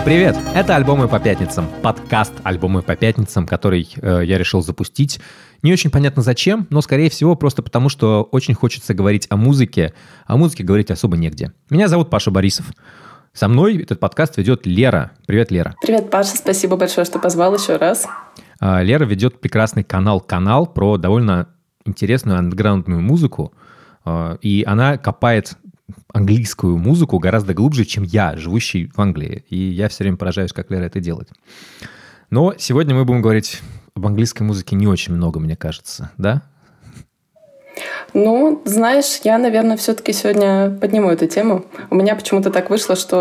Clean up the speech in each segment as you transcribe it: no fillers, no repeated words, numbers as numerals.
Привет! Это «Альбомы по пятницам», подкаст «Альбомы по пятницам», который я решил запустить. Не очень понятно зачем, но, скорее всего, просто потому, что очень хочется говорить о музыке, а о музыке говорить особо негде. Меня зовут Паша Борисов. Со мной этот подкаст ведет Лера. Привет, Лера. Привет, Паша. Спасибо большое, что позвал еще раз. Лера ведет прекрасный канал про довольно интересную андеграундную музыку, и она копает английскую музыку гораздо глубже, чем я, живущий в Англии. И я все время поражаюсь, как Лера это делает. Но сегодня мы будем говорить об английской музыке не очень много, мне кажется, да? Ну, знаешь, я, наверное, все-таки сегодня подниму эту тему. У меня почему-то так вышло, что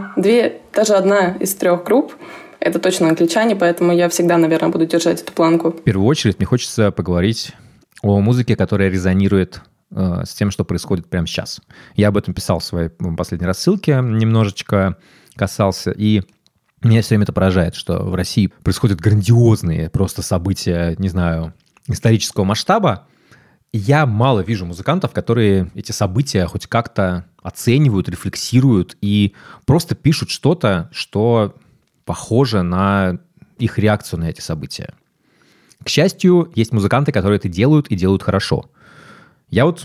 даже одна из 3 групп — это точно англичане, поэтому я всегда, наверное, буду держать эту планку. В первую очередь мне хочется поговорить о музыке, которая резонирует с тем, что происходит прямо сейчас. Я об этом писал в своей последней рассылке, немножечко касался, и меня все время это поражает, что в России происходят грандиозные просто события, не знаю, исторического масштаба. Я мало вижу музыкантов, которые эти события хоть как-то оценивают, рефлексируют и просто пишут что-то, что похоже на их реакцию на эти события. К счастью, есть музыканты, которые это делают и делают хорошо. Я вот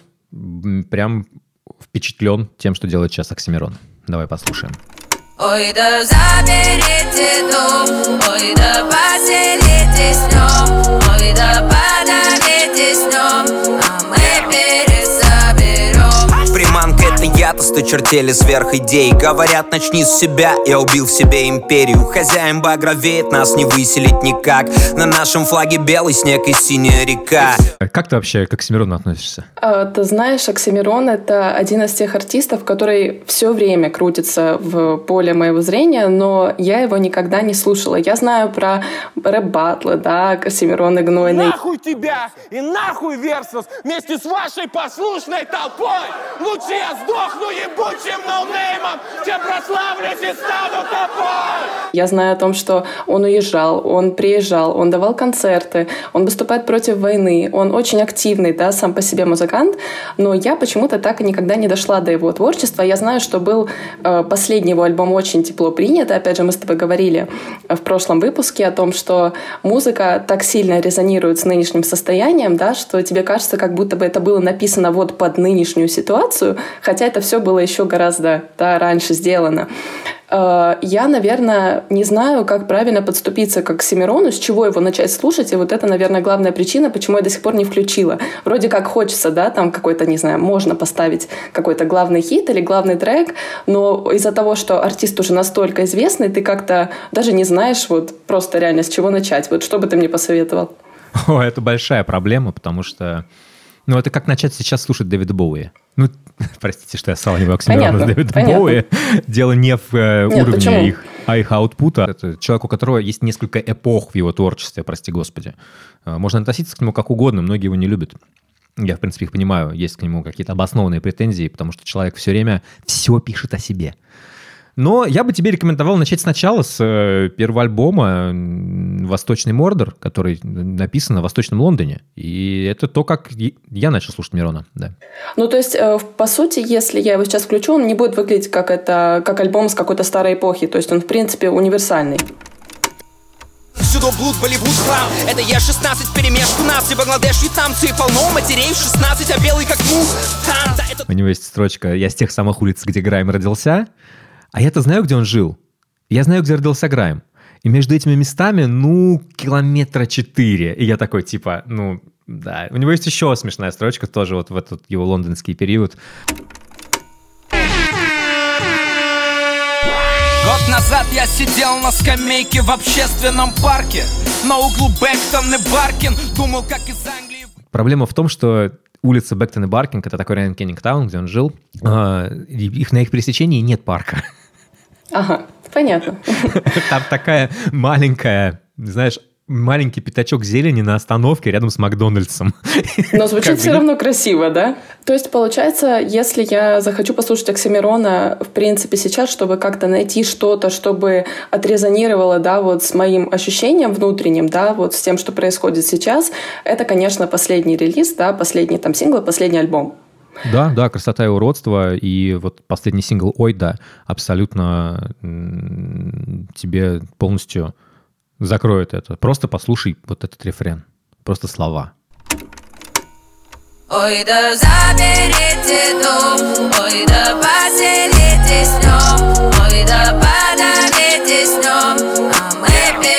прям впечатлен тем, что делает сейчас Оксимирон. Давай послушаем. Ой, да заберите дом, ой, да поселитесь в нем, ой, да подавитесь в нем, а мы пересоберем. Приманка — это я-то, 100 чертели сверх идей. Говорят, начни с себя, я убил в себе империю. Хозяин багровеет, нас не выселить никак. На нашем флаге белый снег и синяя река. Как ты вообще к Оксимирону относишься? Ты знаешь, Оксимирон — это один из тех артистов, который все время крутится в поле моего зрения, но я его никогда не слушала. Я знаю про рэп-баттлы, да, Оксимирон и Гнойный. Нахуй тебя и нахуй Версус вместе с вашей послушной толпой! Лучше я сдохну ебучим ноунеймом, чем прославлюсь и стану тобой! Я знаю о том, что он уезжал, он приезжал, он давал концерты, он выступает против войны, он очень активный, да, сам по себе музыкант, но я почему-то так и никогда не дошла до его творчества. Я знаю, что был последний его альбом очень тепло принят, опять же, мы с тобой говорили в прошлом выпуске о том, что музыка так сильно резонирует с нынешним состоянием, да, что тебе кажется, как будто бы это было написано вот под нынешнюю ситуацию, хотя это все было еще гораздо, да, раньше сделано. Я, наверное, не знаю, как правильно подступиться к Оксимирону, с чего его начать слушать, и вот это, наверное, главная причина, почему я до сих пор не включила. Вроде как хочется, да, там какой-то, не знаю, можно поставить какой-то главный хит или главный трек, но из-за того, что артист уже настолько известный, ты как-то даже не знаешь вот просто реально с чего начать. Вот что бы ты мне посоветовал? О, это большая проблема, потому что это как начать сейчас слушать Дэвида Боуи. Простите, что я сравниваю Оксимирона с Дэвидом Боуи. Дело не в уровне их аутпута. Это человек, у которого есть несколько эпох в его творчестве, прости господи. Можно относиться к нему как угодно, многие его не любят. Я, в принципе, их понимаю. Есть к нему какие-то обоснованные претензии, потому что человек все время все пишет о себе. Но я бы тебе рекомендовал начать сначала с первого альбома «Восточный Мордор», который написан в Восточном Лондоне. И это то, как я начал слушать Мирона. Да. То есть, по сути, если я его сейчас включу, он не будет выглядеть как альбом с какой-то старой эпохи. То есть он, в принципе, универсальный. Всюду блуд, Болливуд, хлам. Это Е-16 вперемешку нас. И Бангладеш, вьетнамцы, и полно матерей 16, а белый как мух. У него есть строчка «Я с тех самых улиц, где Грайм родился». А я-то знаю, где он жил. Я знаю, где родился Грайм. И между этими местами, 4 километра. И я такой, да. У него есть еще смешная строчка, тоже вот в этот его лондонский период. Год назад я сидел на скамейке в общественном парке. На углу Бэктон и Баркин. Думал, как из Англии... Проблема в том, что улица Бэктон и Баркинг — это такой район Кеннингтаун, где он жил. На их пересечении нет парка. Ага, понятно. Там такая маленькая, знаешь, маленький пятачок зелени на остановке рядом с Макдональдсом. Но звучит все равно красиво, да? То есть, получается, если я захочу послушать Оксимирона, в принципе, сейчас, чтобы как-то найти что-то, чтобы отрезонировало, да, вот с моим ощущением внутренним, да, вот с тем, что происходит сейчас, это, конечно, последний релиз, да, последний там сингл, последний альбом. Да, красота и уродство. И вот последний сингл «Ой, да» абсолютно тебе полностью закроет это. Просто послушай вот этот рефрен. Просто слова. Ой, да заберите дом, ой, да поселитесь в нем, ой, да подавитесь в нем, а мы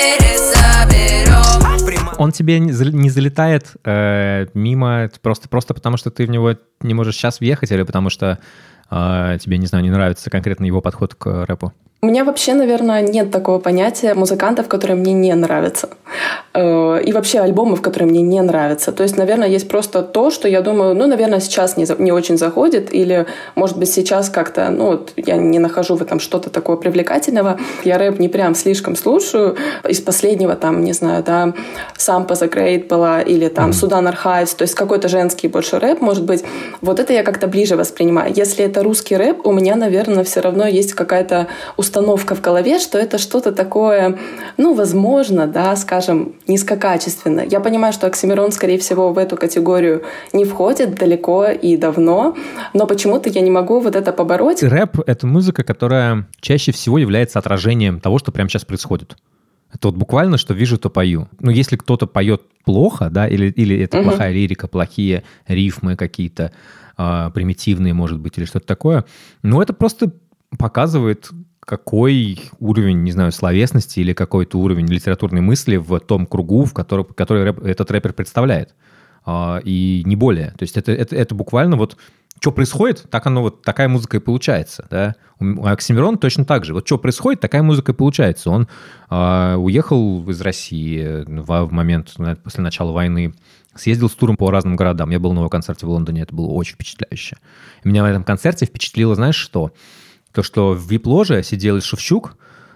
пересоберем. Он тебе не залетает мимо просто потому, что ты в него не можешь сейчас въехать, или потому что тебе, не знаю, не нравится конкретно его подход к рэпу? У меня вообще, наверное, нет такого понятия музыкантов, которые мне не нравятся. И вообще альбомов, которые мне не нравятся. То есть, наверное, есть просто то, что я думаю, наверное, сейчас не очень заходит, или, может быть, сейчас как-то, я не нахожу в этом что-то такое привлекательного. Я рэп не прям слишком слушаю. Из последнего, не знаю, Sampa the Great была, или Судан Архаевс, то есть какой-то женский больше рэп, может быть. Вот это я как-то ближе воспринимаю. Если это русский рэп, у меня, наверное, все равно есть какая-то установка в голове, что это что-то такое, возможно, скажем, низкокачественно. Я понимаю, что Оксимирон, скорее всего, в эту категорию не входит далеко и давно, но почему-то я не могу вот это побороть. Рэп — это музыка, которая чаще всего является отражением того, что прямо сейчас происходит. Это вот буквально, что вижу, то пою. Если кто-то поет плохо, или это плохая лирика, плохие рифмы какие-то, примитивные, может быть, или что-то такое, это просто показывает, какой уровень, не знаю, словесности или какой-то уровень литературной мысли в том кругу, в который этот рэпер представляет. И не более. То есть это буквально что происходит, так оно такая музыка и получается. Да? У Оксимирона точно так же. Что происходит, такая музыка и получается. Он уехал из России в момент, после начала войны, съездил с туром по разным городам. Я был на его концерте в Лондоне, это было очень впечатляюще. И меня на этом концерте впечатлило, знаешь, что? То, что в вип-ложе сидел Шевчук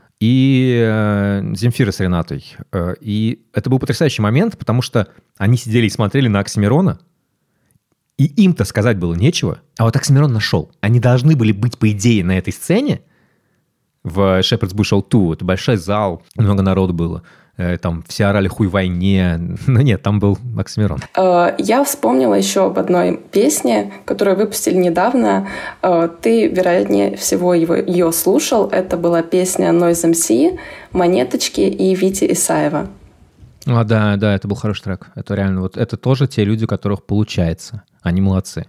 и Земфира с Ренатой. И это был потрясающий момент, потому что они сидели и смотрели на Оксимирона, и им-то сказать было нечего, а вот Оксимирон нашел. Они должны были быть, по идее, на этой сцене в Shepherd's Bush O2. Это большой зал, много народу было. Там все орали «Хуй войне». Но нет, там был Оксимирон. Я вспомнила еще об одной песне, которую выпустили недавно. Ты, вероятнее всего, ее слушал. Это была песня Noise MC, Монеточки и Вити Исаева. Да, это был хороший трек. Это реально, это тоже те люди, у которых получается. Они молодцы.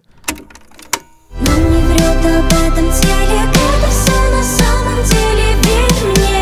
Но не врет об этом теле, это все на самом деле, верь мне.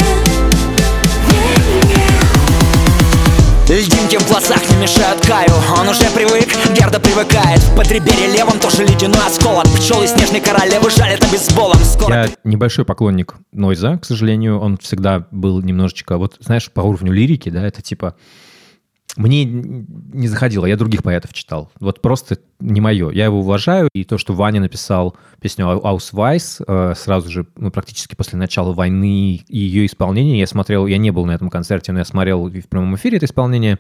Льдинки в глазах не мешают Каю. Он уже привык, Герда привыкает. В подреберье левом тоже ледяной осколок. Пчелы снежной королевы жалят обезболом. Я небольшой поклонник Нойза, к сожалению. Он всегда был немножечко, знаешь, по уровню лирики, это типа... Мне не заходило, я других поэтов читал. Просто не мое. Я его уважаю, и то, что Ваня написал песню «Аусвайс» сразу же, практически после начала войны и ее исполнения, я не был на этом концерте, но я смотрел в прямом эфире это исполнение.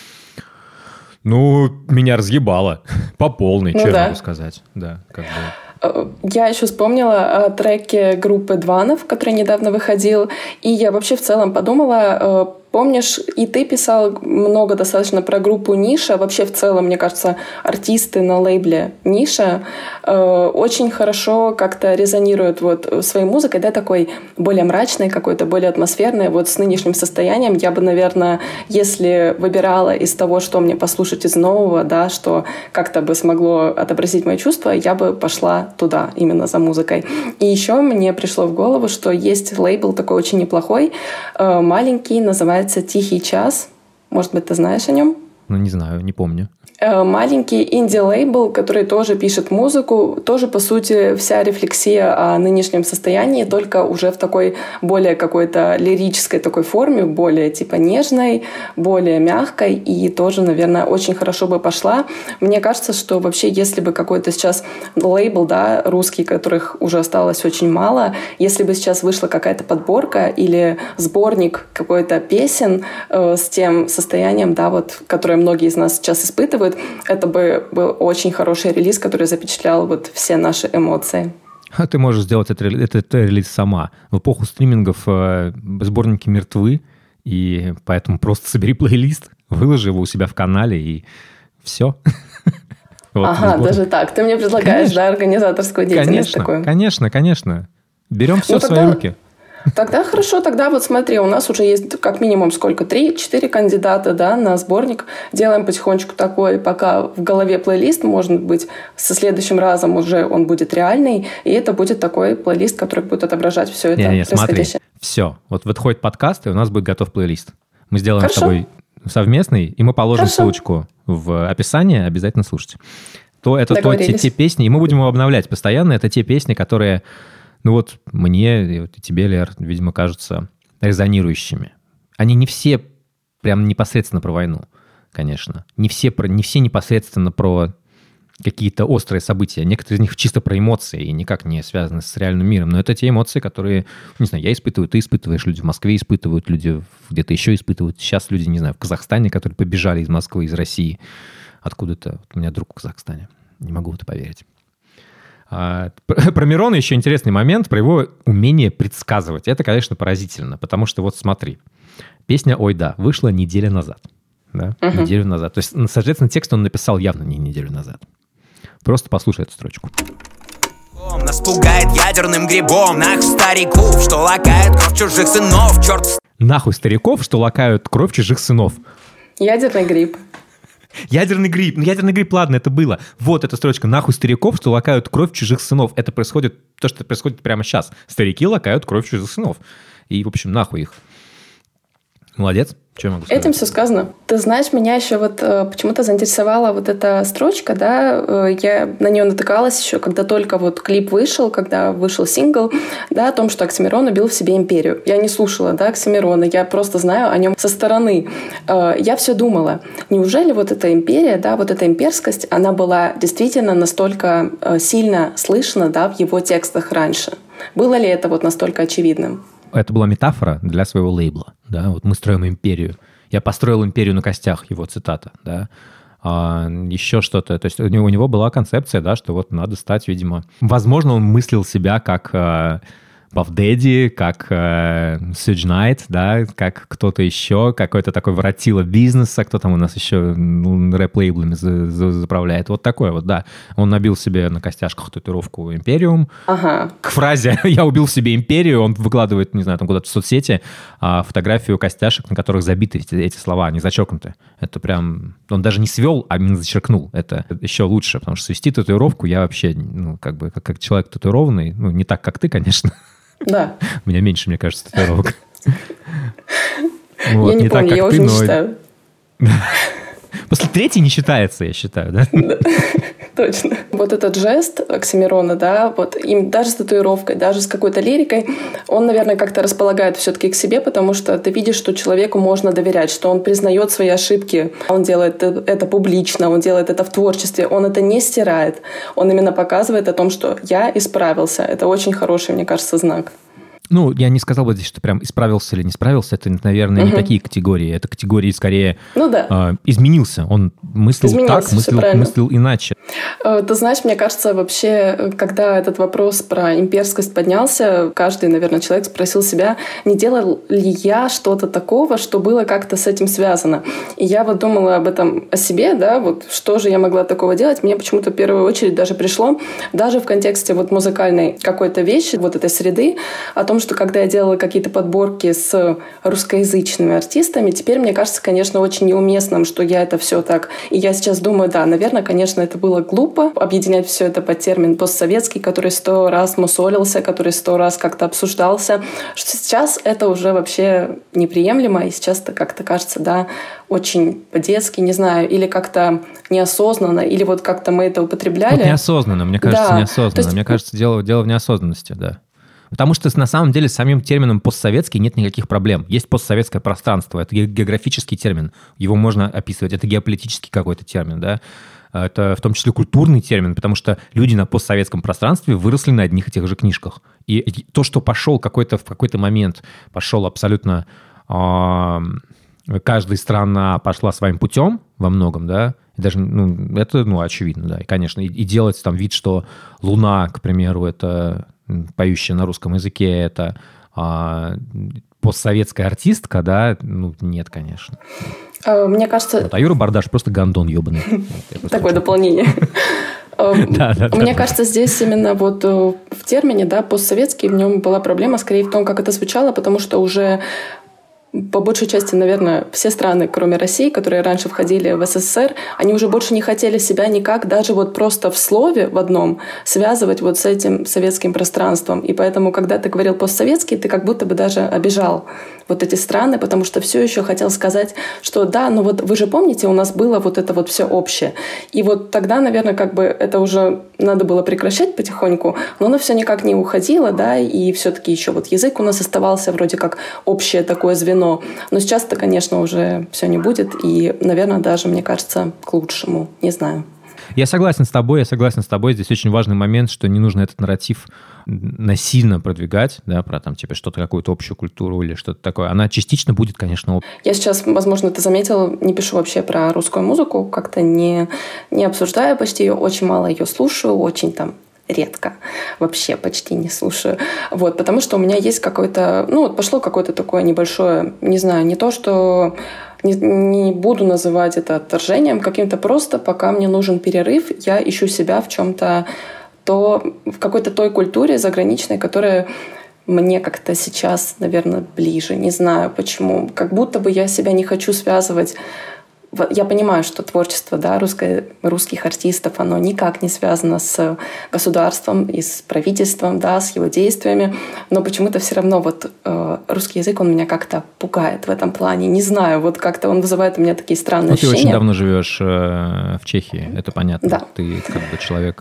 Меня разъебало по полной, что я могу сказать. Да, как бы... Я еще вспомнила о треке группы «Дванов», который недавно выходил, и я вообще в целом подумала... Помнишь, и ты писал много достаточно про группу «Ниша». Вообще, в целом, мне кажется, артисты на лейбле «Ниша» очень хорошо как-то резонируют своей музыкой, такой более мрачной какой-то, более атмосферной. С нынешним состоянием я бы, наверное, если выбирала из того, что мне послушать из нового, что как-то бы смогло отобразить мои чувства, я бы пошла туда, именно за музыкой. И еще мне пришло в голову, что есть лейбл такой очень неплохой, маленький, называется «Тихий час». Может быть, ты знаешь о нем? Не знаю, не помню. Маленький инди-лейбл, который тоже пишет музыку, тоже, по сути, вся рефлексия о нынешнем состоянии, только уже в такой более какой-то лирической такой форме, более типа нежной, более мягкой, и тоже, наверное, очень хорошо бы пошла. Мне кажется, что вообще, если бы какой-то сейчас лейбл, русский, которых уже осталось очень мало, если бы сейчас вышла какая-то подборка или сборник какой-то песен с тем состоянием, которое многие из нас сейчас испытывают, это бы был очень хороший релиз, который запечатлял все наши эмоции. А ты можешь сделать этот релиз сама. В эпоху стримингов сборники мертвы, и поэтому просто собери плейлист, выложи его у себя в канале, и все. Вот, ага, даже так. Ты мне предлагаешь, да, организаторскую деятельность такую? Конечно. Берем все Ну, в свои тогда- руки. Тогда хорошо, тогда вот смотри, у нас уже есть как минимум сколько? 3-4 кандидата, да, на сборник. Делаем потихонечку такой, пока в голове плейлист, может быть, со следующим разом уже он будет реальный, и это будет такой плейлист, который будет отображать все это Не, смотри, происходящее. все. Вот выходит подкаст, и у нас будет готов плейлист. Мы сделаем Хорошо. с тобой совместный, и мы положим Хорошо. ссылочку в описании, обязательно слушайте. Это Договорились. те песни, и мы будем его обновлять постоянно. Это те песни, которые, ну вот мне и тебе, Лер, видимо, кажутся резонирующими. Они не все прям непосредственно про войну, конечно. Не все непосредственно про какие-то острые события. Некоторые из них чисто про эмоции и никак не связаны с реальным миром. Но это те эмоции, которые, не знаю, я испытываю, ты испытываешь, люди в Москве испытывают, люди где-то еще испытывают. Сейчас люди, не знаю, в Казахстане, которые побежали из Москвы, из России. Откуда-то. Вот у меня друг в Казахстане. Не могу в это поверить. Про Мирона еще интересный момент, про его умение предсказывать. Это, конечно, поразительно, потому что вот смотри. Песня «Ой, да» вышла неделю назад. Да? Неделю назад. То есть, соответственно, текст он написал явно не неделю назад. Просто послушай эту строчку. Нас пугает ядерным грибом, нахуй стариков, что лакает кровь чужих сынов, черт. Нахуй стариков, что лакают кровь чужих сынов. Ядерный гриб. Ядерный гриб. Ну, ядерный гриб, ладно, это было. Вот эта строчка. Нахуй стариков, что лакают кровь чужих сынов. Это происходит, то, что происходит прямо сейчас. Старики лакают кровь чужих сынов. И, в общем, нахуй их. Молодец. Что я могу сказать? Этим все сказано. Ты знаешь, меня еще вот почему-то заинтересовала вот эта строчка, да, я на нее натыкалась еще, когда только вот клип вышел, когда вышел сингл, да, о том, что Оксимирон убил в себе империю. Я не слушала, да, Оксимирона, я просто знаю о нем со стороны. Я все думала, неужели вот эта империя, да, вот эта имперскость, она была действительно настолько сильно слышна, да, в его текстах раньше? Было ли это вот настолько очевидным? Это была метафора для своего лейбла. Да? Вот мы строим империю. Я построил империю на костях, его цитата. Да? Еще что-то. То есть у него была концепция, да, что вот надо стать, видимо... Возможно, он мыслил себя как Puff Daddy, как Suge Knight, да, как кто-то еще, какой-то такой воротило бизнеса, кто там у нас еще рэп-лейблами заправляет. Вот такое вот, да. Он набил себе на костяшках татуировку «Империум». Ага. К фразе «я убил в себе империю» он выкладывает, не знаю, там куда-то в соцсети фотографию костяшек, на которых забиты эти слова, они зачеркнуты. Это прям... Он даже не свел, а именно зачеркнул. Это еще лучше, потому что свести татуировку я вообще, ну, как бы, как человек татуированный, ну, не так, как ты, конечно. Да. У меня меньше, мне кажется, татуировок. Я не помню, я уже не считаю. После третьей не считается, я считаю, да? Точно. Вот этот жест Оксимирона, да, вот им даже с татуировкой, даже с какой-то лирикой, он, наверное, как-то располагает все-таки к себе, потому что ты видишь, что человеку можно доверять, что он признает свои ошибки, он делает это публично, он делает это в творчестве, он это не стирает, он именно показывает о том, что я исправился. Это очень хороший, мне кажется, знак. Ну, я не сказал бы здесь, что прям исправился или не справился. Это, наверное, не такие категории. Это категории, скорее, ну, да. Изменился. Он мыслил так, мыслил иначе. Ты знаешь, мне кажется, вообще, когда этот вопрос про имперскость поднялся, каждый, наверное, человек спросил себя, не делал ли я что-то такого, что было как-то с этим связано. И я вот думала об этом, о себе, да, вот что же я могла такого делать. Мне почему-то в первую очередь даже пришло, даже в контексте вот музыкальной какой-то вещи, вот этой среды, о том, что когда я делала какие-то подборки с русскоязычными артистами, теперь мне кажется, конечно, очень неуместным, что я это все так. И я сейчас думаю, да, наверное, конечно, это было глупо объединять все это под термин постсоветский, который 100 раз мусолился, который 100 раз как-то обсуждался. Что сейчас это уже вообще неприемлемо, и сейчас это как-то кажется, да, очень по-детски, не знаю, или как-то неосознанно, или вот как-то мы это употребляли. Вот неосознанно, мне кажется, да. неосознанно. Есть... Мне кажется, дело в неосознанности, да. Потому что на самом деле с самим термином «постсоветский» нет никаких проблем. Есть постсоветское пространство, это географический термин, его можно описывать, это геополитический какой-то термин, да. Это в том числе культурный термин, потому что люди на постсоветском пространстве выросли на одних и тех же книжках. И то, что пошел в какой-то момент, пошел абсолютно... каждая страна пошла своим путем во многом, да, и даже, ну, это, ну, очевидно, да, и, конечно, и делать там вид, что Луна, к примеру, это... поющая на русском языке, это постсоветская артистка, да, ну, нет, конечно. Мне кажется... Вот, а Юра Бардаш просто гондон ебаный. Такое дополнение. Мне кажется, здесь именно вот в термине, да, постсоветский, в нем была проблема скорее в том, как это звучало, потому что уже по большей части, наверное, все страны, кроме России, которые раньше входили в СССР, они уже больше не хотели себя никак, даже вот просто в слове в одном, связывать вот с этим советским пространством. И поэтому, когда ты говорил постсоветский, ты как будто бы даже обижал вот эти страны, потому что все еще хотел сказать, что да, ну вот вы же помните, у нас было вот это вот все общее. И вот тогда, наверное, как бы это уже надо было прекращать потихоньку, но оно все никак не уходило, да, и все-таки еще вот язык у нас оставался вроде как общее такое звено. Но сейчас-то, конечно, уже все не будет, и, наверное, даже, мне кажется, к лучшему, не знаю. Я согласен с тобой. Здесь очень важный момент, что не нужно этот нарратив насильно продвигать, да, про там, типа, что-то, какую-то общую культуру или что-то такое. Она частично будет, конечно, Я сейчас, возможно, ты заметил, не пишу вообще про русскую музыку, как-то не обсуждаю почти ее, очень мало ее слушаю, очень там редко, вообще почти не слушаю. Вот, потому что у меня есть какое-то, ну, вот пошло какое-то такое небольшое, не знаю, не то, что не буду называть это отторжением каким-то, просто пока мне нужен перерыв, я ищу себя в чем-то, в какой-то той культуре заграничной, которая мне как-то сейчас, наверное, ближе. Не знаю почему. Как будто бы я себя не хочу связывать. Я понимаю, что творчество, да, русских артистов, оно никак не связано с государством и с правительством, да, с его действиями, но почему-то все равно вот русский язык, он меня как-то пугает в этом плане. Не знаю, вот как-то он вызывает у меня такие странные ощущения. Ты очень давно живешь в Чехии, это понятно. Да. Ты как бы человек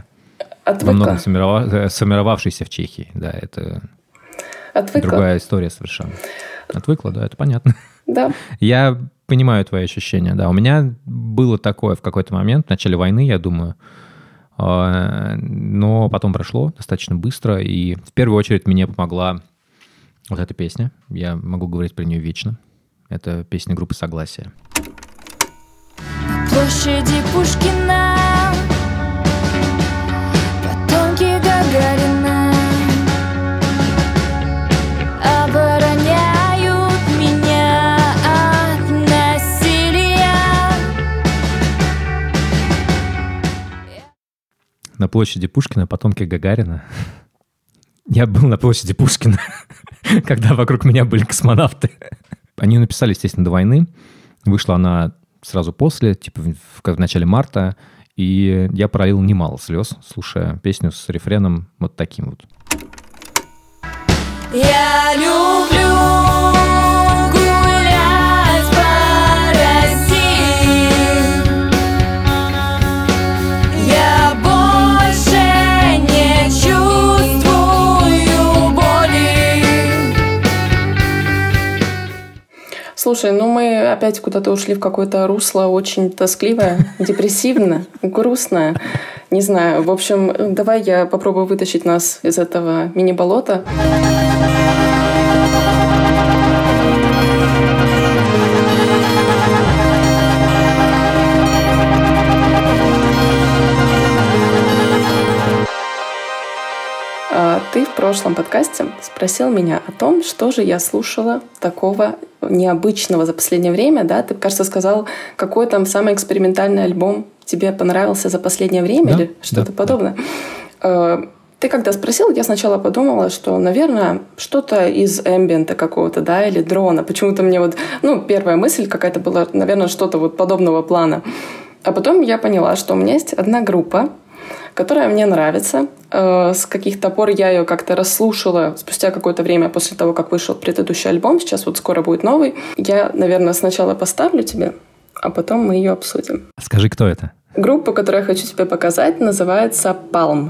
во многом сформировавшийся в Чехии. Да, это другая история совершенно. Отвыкла, да, это понятно. Да. Я понимаю твои ощущения, да. У меня было такое в какой-то момент, в начале войны, я думаю, но потом прошло достаточно быстро, и в первую очередь мне помогла вот эта песня. Я могу говорить про нее вечно. Это песня группы «Согласие». На площади Пушкина, потомки Гагарина обороняют меня от насилия. На площади Пушкина, потомки Гагарина. Я был на площади Пушкина, когда вокруг меня были космонавты. Они написали, естественно, до войны. Вышла она сразу после, типа в начале марта. И я пролил немало слез, слушая песню с рефреном вот таким вот. Я люблю гулять по России. Я больше не чувствую боли. Слушай, ну мы опять куда-то ушли в какое-то русло очень тоскливое, депрессивное, грустное. Не знаю. В общем, давай я попробую вытащить нас из этого мини-болота. Ты в прошлом подкасте спросил меня о том, что же я слушала такого необычного за последнее время. Да? Ты, кажется, сказал, какой там самый экспериментальный альбом тебе понравился за последнее время, да, или что-то подобное. Да. Ты когда спросил, я сначала подумала, что, наверное, что-то из эмбиента какого-то, да, или дрона. Почему-то мне вот, первая мысль какая-то была, наверное, что-то вот подобного плана. А потом я поняла, что у меня есть одна группа, которая мне нравится. С каких-то пор я ее как-то расслушала спустя какое-то время после того, как вышел предыдущий альбом. Сейчас вот скоро будет новый. Я, наверное, сначала поставлю тебе, а потом мы ее обсудим. Скажи, кто это? Группа, которую я хочу тебе показать, называется Palm.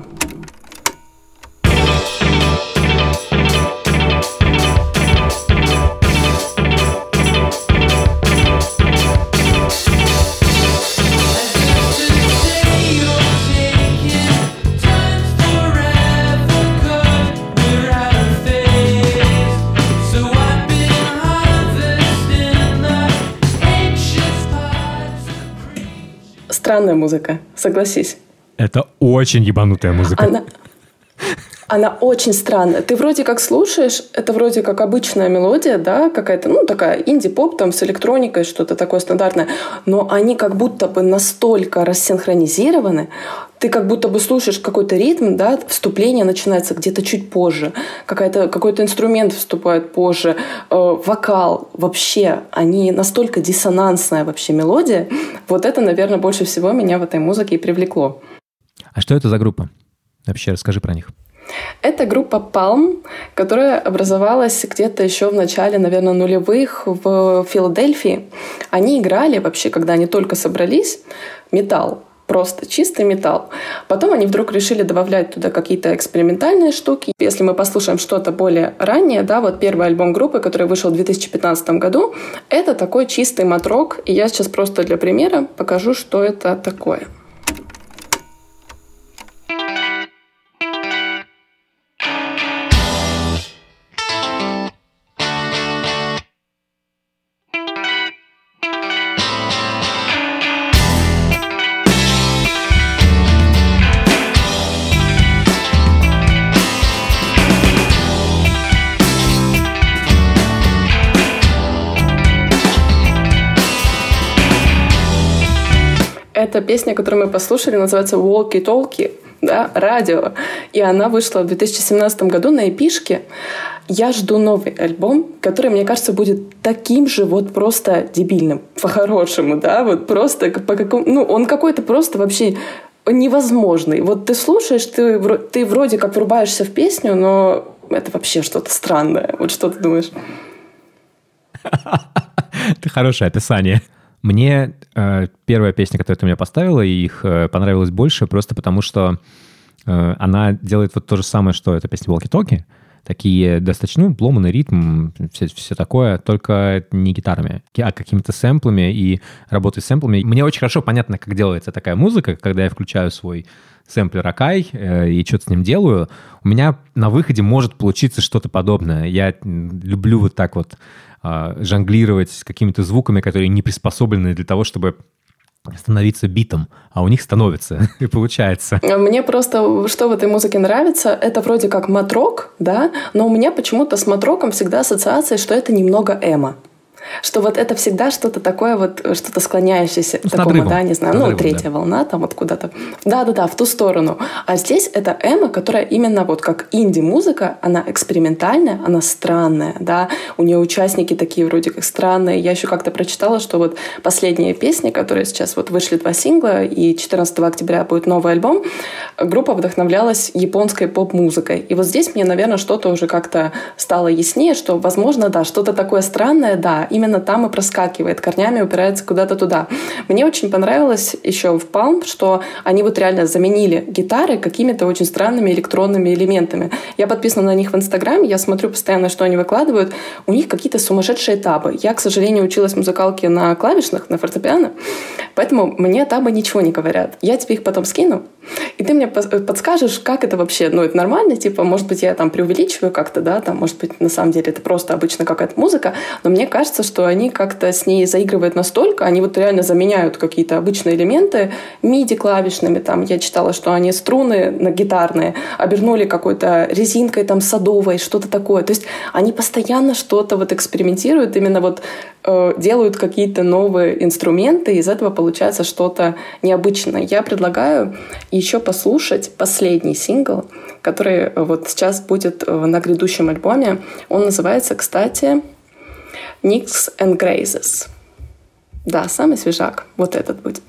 Странная музыка, согласись. Это очень ебанутая музыка. Она очень странная. Ты вроде как слушаешь, это вроде как обычная мелодия, да, какая-то, ну, такая инди-поп там с электроникой, что-то такое стандартное, но они как будто бы настолько рассинхронизированы, ты как будто бы слушаешь какой-то ритм, да, вступление начинается где-то чуть позже, какой-то инструмент вступает позже, вокал, вообще, они настолько диссонансная вообще мелодия. Вот это, наверное, больше всего меня в этой музыке и привлекло. А что это за группа? Вообще, расскажи про них. Это группа Palm, которая образовалась где-то еще в начале, наверное, нулевых в Филадельфии. Они играли вообще, когда они только собрались, металл. Просто чистый металл. Потом они вдруг решили добавлять туда какие-то экспериментальные штуки. Если мы послушаем что-то более раннее, да, вот первый альбом группы, который вышел в 2015 году, это такой чистый матрок. И я сейчас просто для примера покажу, что это такое. Эта песня, которую мы послушали, называется «Walkie Talkie», да, радио. И она вышла в 2017 году на эпишке. Я жду новый альбом, который, мне кажется, будет таким же вот просто дебильным, по-хорошему, да, вот просто по какому... Ну, он какой-то просто вообще невозможный. Вот ты слушаешь, ты вроде как врубаешься в песню, но это вообще что-то странное. Вот что ты думаешь? Это хорошее описание. Мне первая песня, которую ты мне поставила, их понравилась больше просто потому, что она делает вот то же самое, что эта песня «Walkie-Talkie». Такие достаточно, ломаный ритм, все такое, только не гитарами, а какими-то сэмплами и работой с сэмплами. Мне очень хорошо понятно, как делается такая музыка, когда я включаю свой сэмплер Akai и что-то с ним делаю. У меня на выходе может получиться что-то подобное. Я люблю вот так вот жонглировать с какими-то звуками, которые не приспособлены для того, чтобы становиться битом, а у них становится, и получается. Мне просто, что в этой музыке нравится, это вроде как матрок, да, но у меня почему-то с матроком всегда ассоциация, что это немного эмо. Что вот это всегда что-то такое, вот что-то склоняющееся к такому, да, не знаю, ну, третья волна, там вот куда-то. Да-да-да, в ту сторону. А здесь это эмо, которая именно вот как инди-музыка, она экспериментальная, она странная, да, у нее участники такие вроде как странные. Я еще как-то прочитала, что вот последние песни, которые сейчас вот вышли 2 сингла, и 14 октября будет новый альбом, группа вдохновлялась японской поп-музыкой. И вот здесь мне, наверное, что-то уже как-то стало яснее, что, возможно, да, что-то такое странное, да, именно там и проскакивает, корнями упирается куда-то туда. Мне очень понравилось еще в Palm, что они вот реально заменили гитары какими-то очень странными электронными элементами. Я подписана на них в Инстаграме, я смотрю постоянно, что они выкладывают. У них какие-то сумасшедшие табы. Я, к сожалению, училась в музыкалке на клавишных, на фортепиано, поэтому мне табы ничего не говорят. Я тебе их потом скину, и ты мне подскажешь, как это вообще, ну, это нормально, типа, может быть, я там преувеличиваю как-то, да, там, может быть, на самом деле это просто обычно какая-то музыка, но мне кажется, что они как-то с ней заигрывают настолько, они вот реально заменяют какие-то обычные элементы MIDI клавишными, там, я читала, что они струны на гитарные обернули какой-то резинкой там садовой, что-то такое, то есть они постоянно что-то вот экспериментируют, именно вот делают какие-то новые инструменты, и из этого получается что-то необычное. Я предлагаю еще послушать последний сингл, который вот сейчас будет на грядущем альбоме. Он называется, кстати, Nicks and Grazes. Да, самый свежак. Вот этот будет.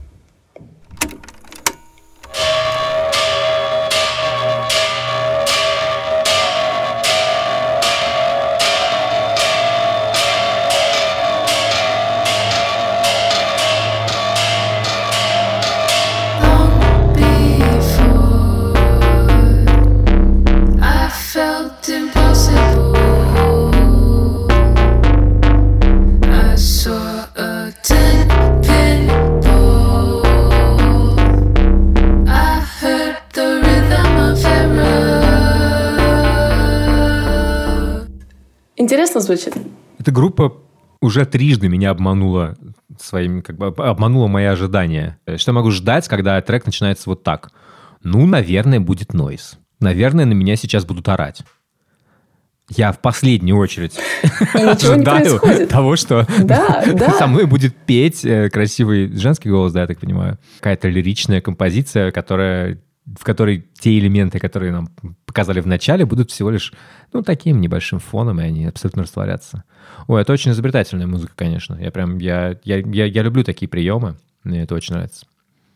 Интересно звучит? Эта группа уже трижды меня обманула своими, как бы обманула мои ожидания. Что я могу ждать, когда трек начинается вот так? Ну, наверное, будет нойз. наверное, на меня сейчас будут орать. Я в последнюю очередь И ничего не ожидаю происходит. того, что Да, да. со мной будет петь красивый женский голос, да, я так понимаю. Какая-то лиричная композиция, в которой те элементы, которые нам показали в начале, будут всего лишь, таким небольшим фоном, и они абсолютно растворятся. Ой, это очень изобретательная музыка, конечно. Я люблю такие приемы, мне это очень нравится.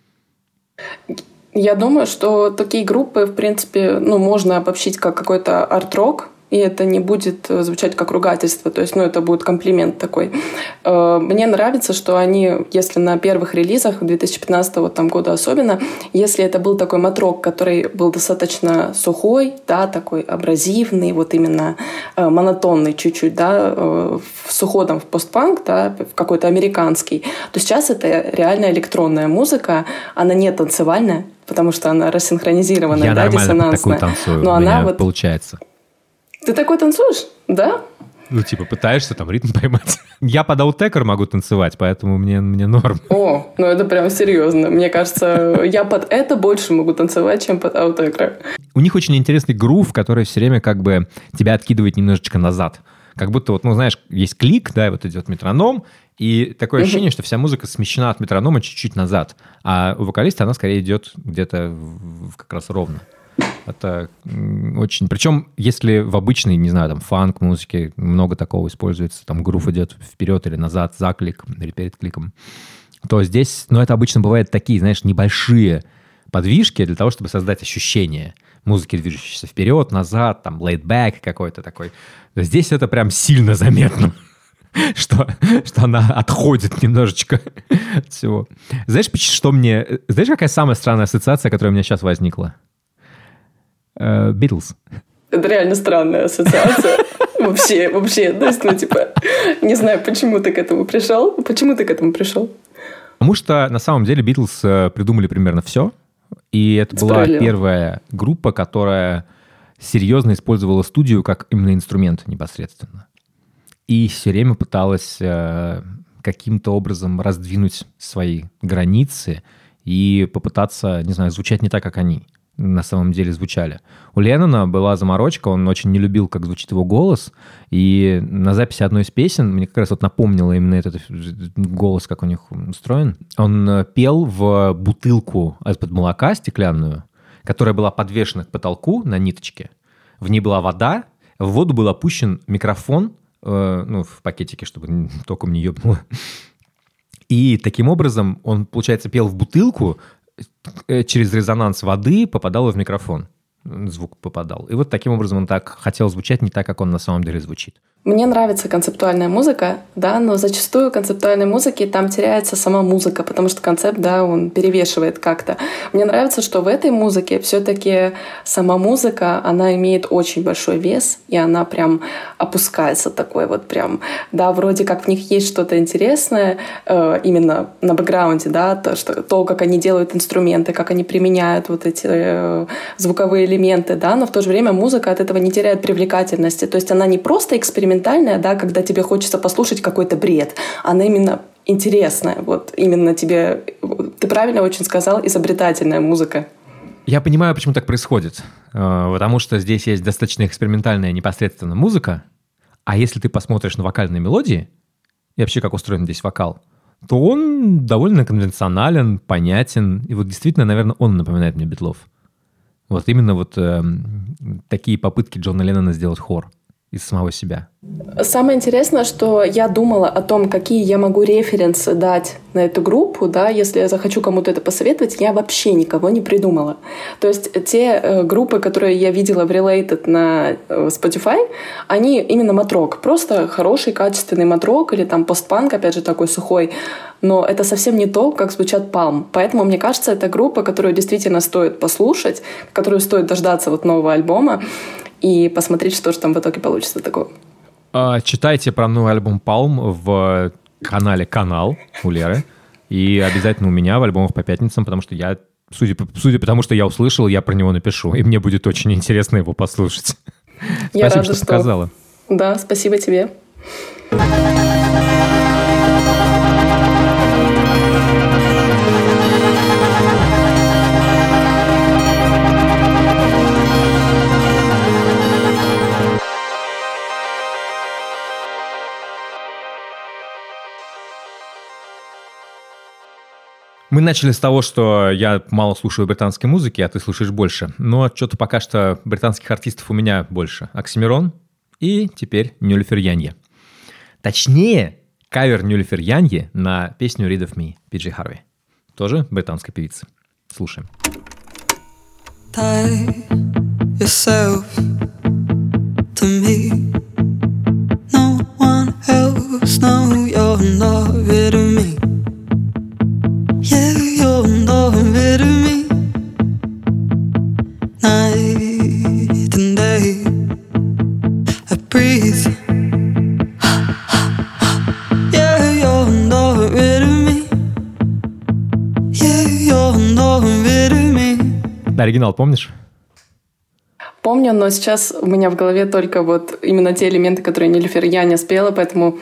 Я думаю, что такие группы, в принципе, можно обобщить как какой-то арт-рок, и это не будет звучать как ругательство, то есть, это будет комплимент такой. Мне нравится, что они, если на первых релизах 2015 года особенно, если это был такой матрок, который был достаточно сухой, да, такой абразивный, вот именно монотонный чуть-чуть, да, с уходом в постпанк, да, в какой-то американский, то сейчас это реально электронная музыка, она не танцевальная, потому что она рассинхронизированная, да, диссонансная. Я нормально такую танцую, но у меня она получается. Ты такой танцуешь? Да? Пытаешься там ритм поймать. Я под аутекер могу танцевать, поэтому мне норм. О, это прям серьезно. Мне кажется, я под это больше могу танцевать, чем под аутекер. У них очень интересный грув, который все время как бы тебя откидывает немножечко назад. Как будто знаешь, есть клик, да, и вот идет метроном, и такое ощущение, что вся музыка смещена от метронома чуть-чуть назад, а у вокалиста она скорее идет где-то как раз ровно. Это очень... Причем, если в обычной, не знаю, там, фанк-музыке много такого используется, там, грув идет вперед или назад, за клик или перед кликом, то здесь, это обычно бывают такие, знаешь, небольшие подвижки для того, чтобы создать ощущение музыки, движущейся вперед, назад, там, laid-back какой-то такой. Здесь это прям сильно заметно, что она отходит немножечко от всего. Знаешь, какая самая странная ассоциация, которая у меня сейчас возникла? Битлз. Это реально странная ассоциация. Вообще. То есть, не знаю, почему ты к этому пришел. Почему ты к этому пришел? Потому что, на самом деле, Битлз придумали примерно все. И это была первая группа, которая серьезно использовала студию как именно инструмент непосредственно. И все время пыталась каким-то образом раздвинуть свои границы и попытаться, не знаю, звучать не так, как они на самом деле звучали. У Леннона была заморочка, он очень не любил, как звучит его голос, и на записи одной из песен мне как раз напомнило именно этот голос, как у них устроен. Он пел в бутылку из-под молока стеклянную, которая была подвешена к потолку на ниточке. В ней была вода, в воду был опущен микрофон, в пакетике, чтобы током не ебнуло. И таким образом он, получается, пел в бутылку, через резонанс воды попадало в микрофон. Звук попадал. И вот таким образом он так хотел звучать не так, как он на самом деле звучит. Мне нравится концептуальная музыка, да, но зачастую в концептуальной музыке там теряется сама музыка, потому что концепт, да, он перевешивает как-то. Мне нравится, что в этой музыке все-таки сама музыка, она имеет очень большой вес, и она прям опускается такой вот прям, да, вроде как в них есть что-то интересное, именно на бэкграунде, да, то, как они делают инструменты, как они применяют вот эти звуковые элементы, да, но в то же время музыка от этого не теряет привлекательности. То есть она не просто экспериментальная, да, когда тебе хочется послушать какой-то бред, она именно интересная. Вот именно тебе, ты правильно очень сказал, изобретательная музыка. Я понимаю, почему так происходит. Потому что здесь есть достаточно экспериментальная непосредственно музыка, а если ты посмотришь на вокальные мелодии и вообще как устроен здесь вокал, то он довольно конвенционален, понятен. И вот действительно, наверное, он напоминает мне Битлов. Вот именно вот такие попытки Джона Леннона сделать хор из самого себя. Самое интересное, что я думала о том, какие я могу референсы дать на эту группу, да, если я захочу кому-то это посоветовать, я вообще никого не придумала. То есть те группы, которые я видела в Related на Spotify, они именно матрок, просто хороший, качественный матрок или там постпанк, опять же, такой сухой, но это совсем не то, как звучат Palm. Поэтому, мне кажется, это группа, которую действительно стоит послушать, которую стоит дождаться вот нового альбома и посмотреть, что же там в итоге получится такого. Читайте про новый альбом Palm в канале «Канал» у Леры. И обязательно у меня в альбомах по пятницам, потому что я, судя по тому, что я услышал, я про него напишу. И мне будет очень интересно его послушать. Я Спасибо, рада, что показала. Да, спасибо тебе. Мы начали с того, что я мало слушаю британской музыки, а ты слушаешь больше. Но что-то пока что британских артистов у меня больше. Оксимирон и теперь Нилюфер Янье. Точнее, кавер Нилюфер Янье на песню «Read of Me» Пиджей Харви. Тоже британской певицы. Слушаем. Tie yourself to me. No one else, no, you're not rid of me. Yeah, you're not rid of me. Night and day, I breathe. Yeah, you're not rid of me. Yeah, you're not rid of me. Оригинал помнишь? Помню, но сейчас у меня в голове только вот именно те элементы, которые Нилюфер Янье спела, поэтому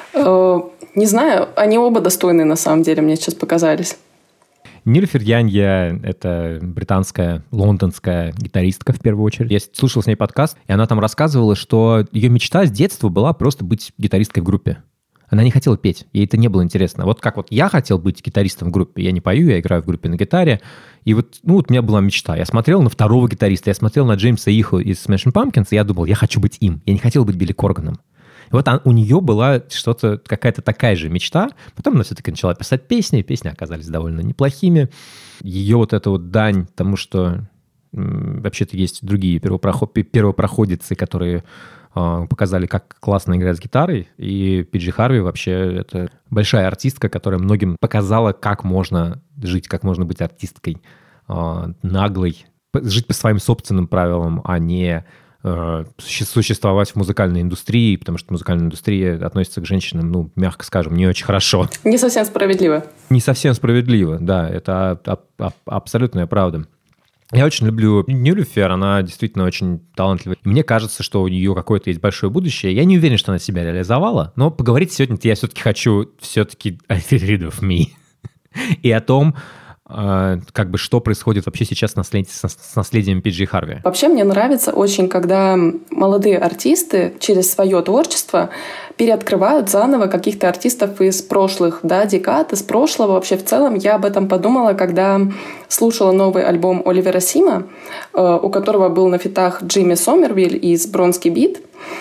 не знаю, они оба достойные на самом деле, мне сейчас показались. Нилюфер Янье — это британская, лондонская гитаристка в первую очередь. Я слушал с ней подкаст, и она там рассказывала, что ее мечта с детства была просто быть гитаристкой в группе. Она не хотела петь, ей это не было интересно. Вот как вот я хотел быть гитаристом в группе. Я не пою, я играю в группе на гитаре. И вот, вот у меня была мечта. Я смотрел на второго гитариста, я смотрел на Джеймса Иху из Smashing Pumpkins, и я думал, я хочу быть им. Я не хотел быть Билли Корганом. И вот у нее была что-то, какая-то такая же мечта. Потом она все-таки начала писать песни, и песни оказались довольно неплохими. Ее вот эта вот дань тому, что вообще-то есть другие первопроходицы, которые показали, как классно играть с гитарой. И Пиджей Харви вообще это большая артистка, которая многим показала, как можно жить, как можно быть артисткой наглой, жить по своим собственным правилам, а не существовать в музыкальной индустрии, потому что музыкальная индустрия относится к женщинам, ну, мягко скажем, не очень хорошо. Не совсем справедливо. Не совсем справедливо, да, это абсолютная правда. Я очень люблю Нилюфер, она действительно очень талантливая. И мне кажется, что у нее какое-то есть большое будущее. Я не уверен, что она себя реализовала, но поговорить сегодня я все-таки хочу «Read of Me» и о том, как бы что происходит вообще сейчас с наследием Пиджей Харви. Вообще мне нравится очень, когда молодые артисты через свое творчество переоткрывают заново каких-то артистов из прошлых, да, декад, из прошлого. Вообще в целом я об этом подумала, когда слушала новый альбом Оливера Сима, у которого был на фитах Джимми Сомервиль из Бронский бит.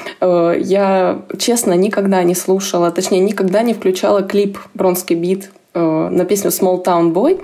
Я, честно, никогда не слушала, точнее, никогда не включала клип Бронский бит на песню Small Town Boy.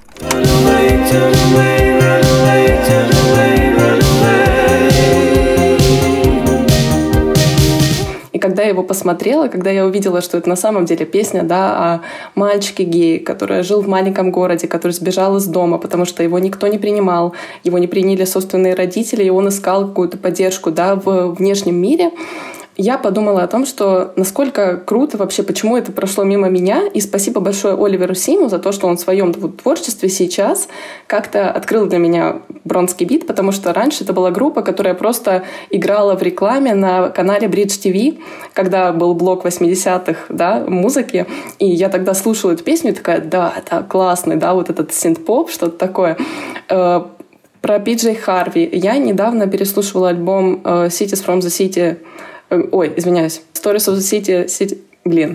И когда я его посмотрела, когда я увидела, что это на самом деле песня, да, о мальчике гее, который жил в маленьком городе, который сбежал из дома, потому что его никто не принимал, его не приняли собственные родители, и он искал какую-то поддержку, да, в внешнем мире, я подумала о том, что насколько круто вообще, почему это прошло мимо меня. И спасибо большое Оливеру Симу за то, что он в своем творчестве сейчас как-то открыл для меня Бронский бит, потому что раньше это была группа, которая просто играла в рекламе на канале Bridge TV, когда был блок 80-х, да, музыки. И я тогда слушала эту песню и такая, да, это классный, да, вот этот синт-поп, что-то такое. Про Пиджей Харви. Я недавно переслушивала альбом Cities from the City. Ой, извиняюсь. Stories of the City... Блин.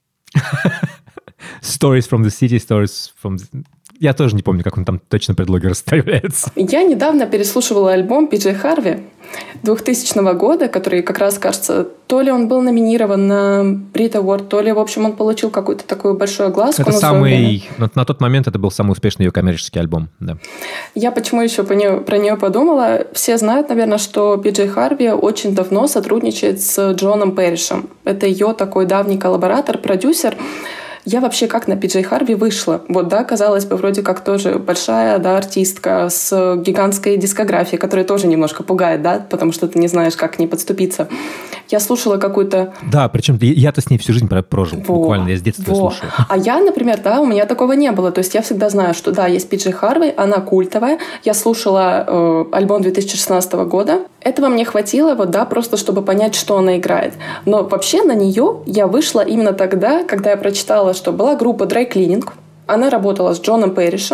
Stories from the City, Stories from... Я тоже не помню, как он там точно предлоги расставляется. Я недавно переслушивала альбом Пиджей Харви 2000 года, который как раз, кажется, то ли он был номинирован на Brit Award, то ли, в общем, он получил какую-то такую большую огласку. Это самый... На тот момент это был самый успешный ее коммерческий альбом, да. Я почему еще про нее подумала? Все знают, наверное, что Пиджей Харви очень давно сотрудничает с Джоном Пэришем. Это ее такой давний коллаборатор, продюсер. Я вообще как на Пиджей Харви вышла. Вот, да, казалось бы, вроде как тоже большая, да, артистка с гигантской дискографией, которая тоже немножко пугает, да, потому что ты не знаешь, как к ней подступиться. Я слушала какую-то... Да, причем я-то с ней всю жизнь прожил, буквально, я с детства слушаю. А я, например, да, у меня такого не было. То есть я всегда знаю, что да, есть Пиджей Харви, она культовая. Я слушала альбом 2016 года. Этого мне хватило, вот, да, просто чтобы понять, что она играет. Но вообще на нее я вышла именно тогда, когда я прочитала, что была группа Dry Cleaning. Она работала с Джоном Пэришем.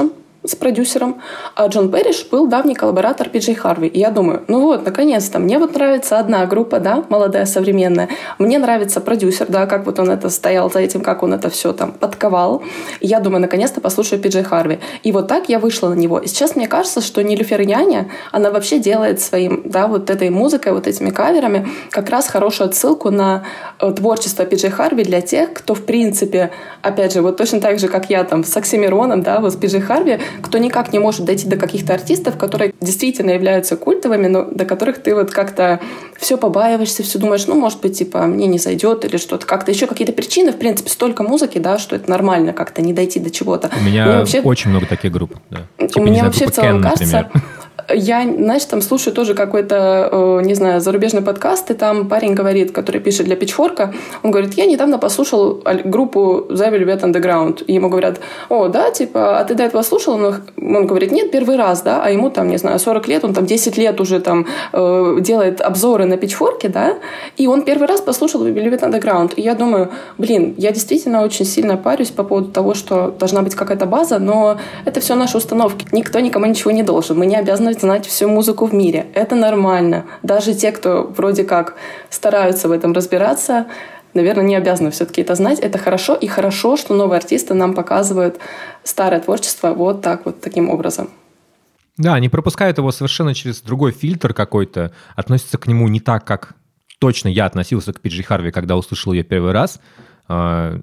с продюсером, а Джон Пэриш был давний коллаборатор Пи-Джей Харви. И я думаю, ну вот, наконец-то, мне вот нравится одна группа, да, молодая, современная, мне нравится продюсер, да, как вот он это стоял за этим, как он это все там подковал. И я думаю, наконец-то послушаю Пи-Джей Харви. И вот так я вышла на него. И сейчас мне кажется, что Нилюфер Яня, она вообще делает своим, да, вот этой музыкой, вот этими каверами как раз хорошую отсылку на творчество Пи-Джей Харви для тех, кто, в принципе, опять же, вот точно так же, как я там с Оксимироном, да, вот с Пи-Джей Харви, кто никак не может дойти до каких-то артистов, которые действительно являются культовыми, но до которых ты вот как-то все побаиваешься, все думаешь, ну, может быть, типа, мне не зайдет или что-то, как-то еще какие-то причины, в принципе, столько музыки, да, что это нормально как-то не дойти до чего-то. У меня вообще очень много таких групп, да. Типа, у меня вообще в целом кажется... Я, знаешь, там слушаю тоже какой-то, не знаю, зарубежный подкаст, и там парень говорит, который пишет для Pitchfork, он говорит, я недавно послушал группу The Velvet Underground. И ему говорят, о, да, типа, а ты до этого слушал? Он говорит, нет, первый раз, да, а ему там, не знаю, 40 лет, он там 10 лет уже там делает обзоры на Pitchfork, да, и он первый раз послушал Velvet Underground. И я думаю, блин, я действительно очень сильно парюсь по поводу того, что должна быть какая-то база, но это все наши установки. Никто никому ничего не должен. Мы не обязаны знать всю музыку в мире. Это нормально. Даже те, кто вроде как стараются в этом разбираться, наверное, не обязаны все-таки это знать. Это хорошо. И хорошо, что новые артисты нам показывают старое творчество вот так вот, таким образом. Да, они пропускают его совершенно через другой фильтр какой-то, относятся к нему не так, как точно я относился к Пи-Джей Харви, когда услышал ее первый раз, на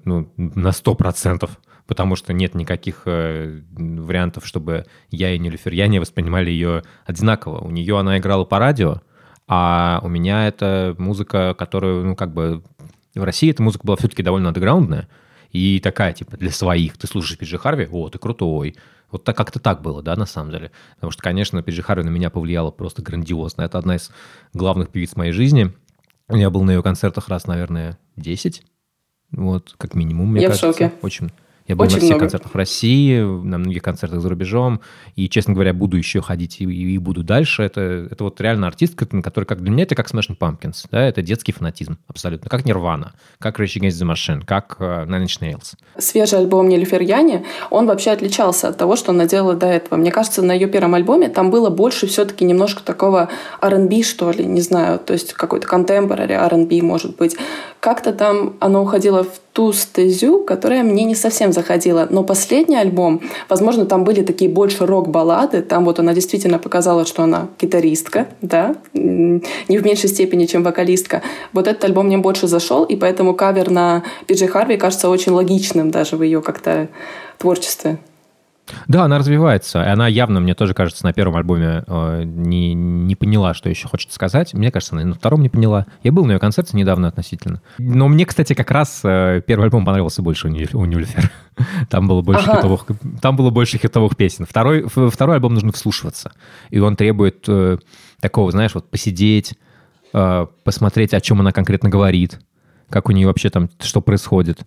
100%. Потому что нет никаких вариантов, чтобы я и Нилюфер Яня воспринимали ее одинаково. У нее она играла по радио, а у меня это музыка, которую, ну, как бы... В России эта музыка была все-таки довольно андеграундная и такая, типа, для своих. Ты слушаешь Пи-Джей Харви, о, ты крутой. Вот так как-то так было, да, на самом деле. Потому что, конечно, Пи-Джей Харви на меня повлияла просто грандиозно. Это одна из главных певиц в моей жизни. Я был на ее концертах раз, наверное, 10. Вот, как минимум, мне кажется. Я в шоке. Очень... Я был очень на всех много. концертах в России, на многих концертах за рубежом, и, честно говоря, буду еще ходить и буду дальше. Это вот реально артистка, которая, как для меня, это как Smashing Pumpkins, да, это детский фанатизм абсолютно, как Nirvana, как Rage Against the Machine, как Nine Inch Nails. Свежий альбом Нилюфер Яни, он вообще отличался от того, что она делала до этого. Мне кажется, на ее первом альбоме там было больше все-таки немножко такого R&B, что ли, не знаю, то есть какой-то contemporary R&B, может быть. Как-то там она уходила в ту стезю, которая мне не совсем заходила. Но последний альбом, возможно, там были такие больше рок-баллады. Там вот она действительно показала, что она гитаристка, да, не в меньшей степени, чем вокалистка. Вот этот альбом мне больше зашел, и поэтому кавер на Пи-Джей Харви кажется очень логичным даже в ее как-то творчестве. Да, она развивается. И она явно, мне тоже кажется, на первом альбоме не поняла, что еще хочет сказать. Мне кажется, она и на втором не поняла. Я был на ее концерте недавно относительно. Но мне, кстати, как раз первый альбом понравился больше у Нилюфер. Там было больше хитовых песен. Второй альбом нужно вслушиваться. И он требует такого, знаешь, вот посидеть, посмотреть, о чем она конкретно говорит, как у нее вообще там, что происходит.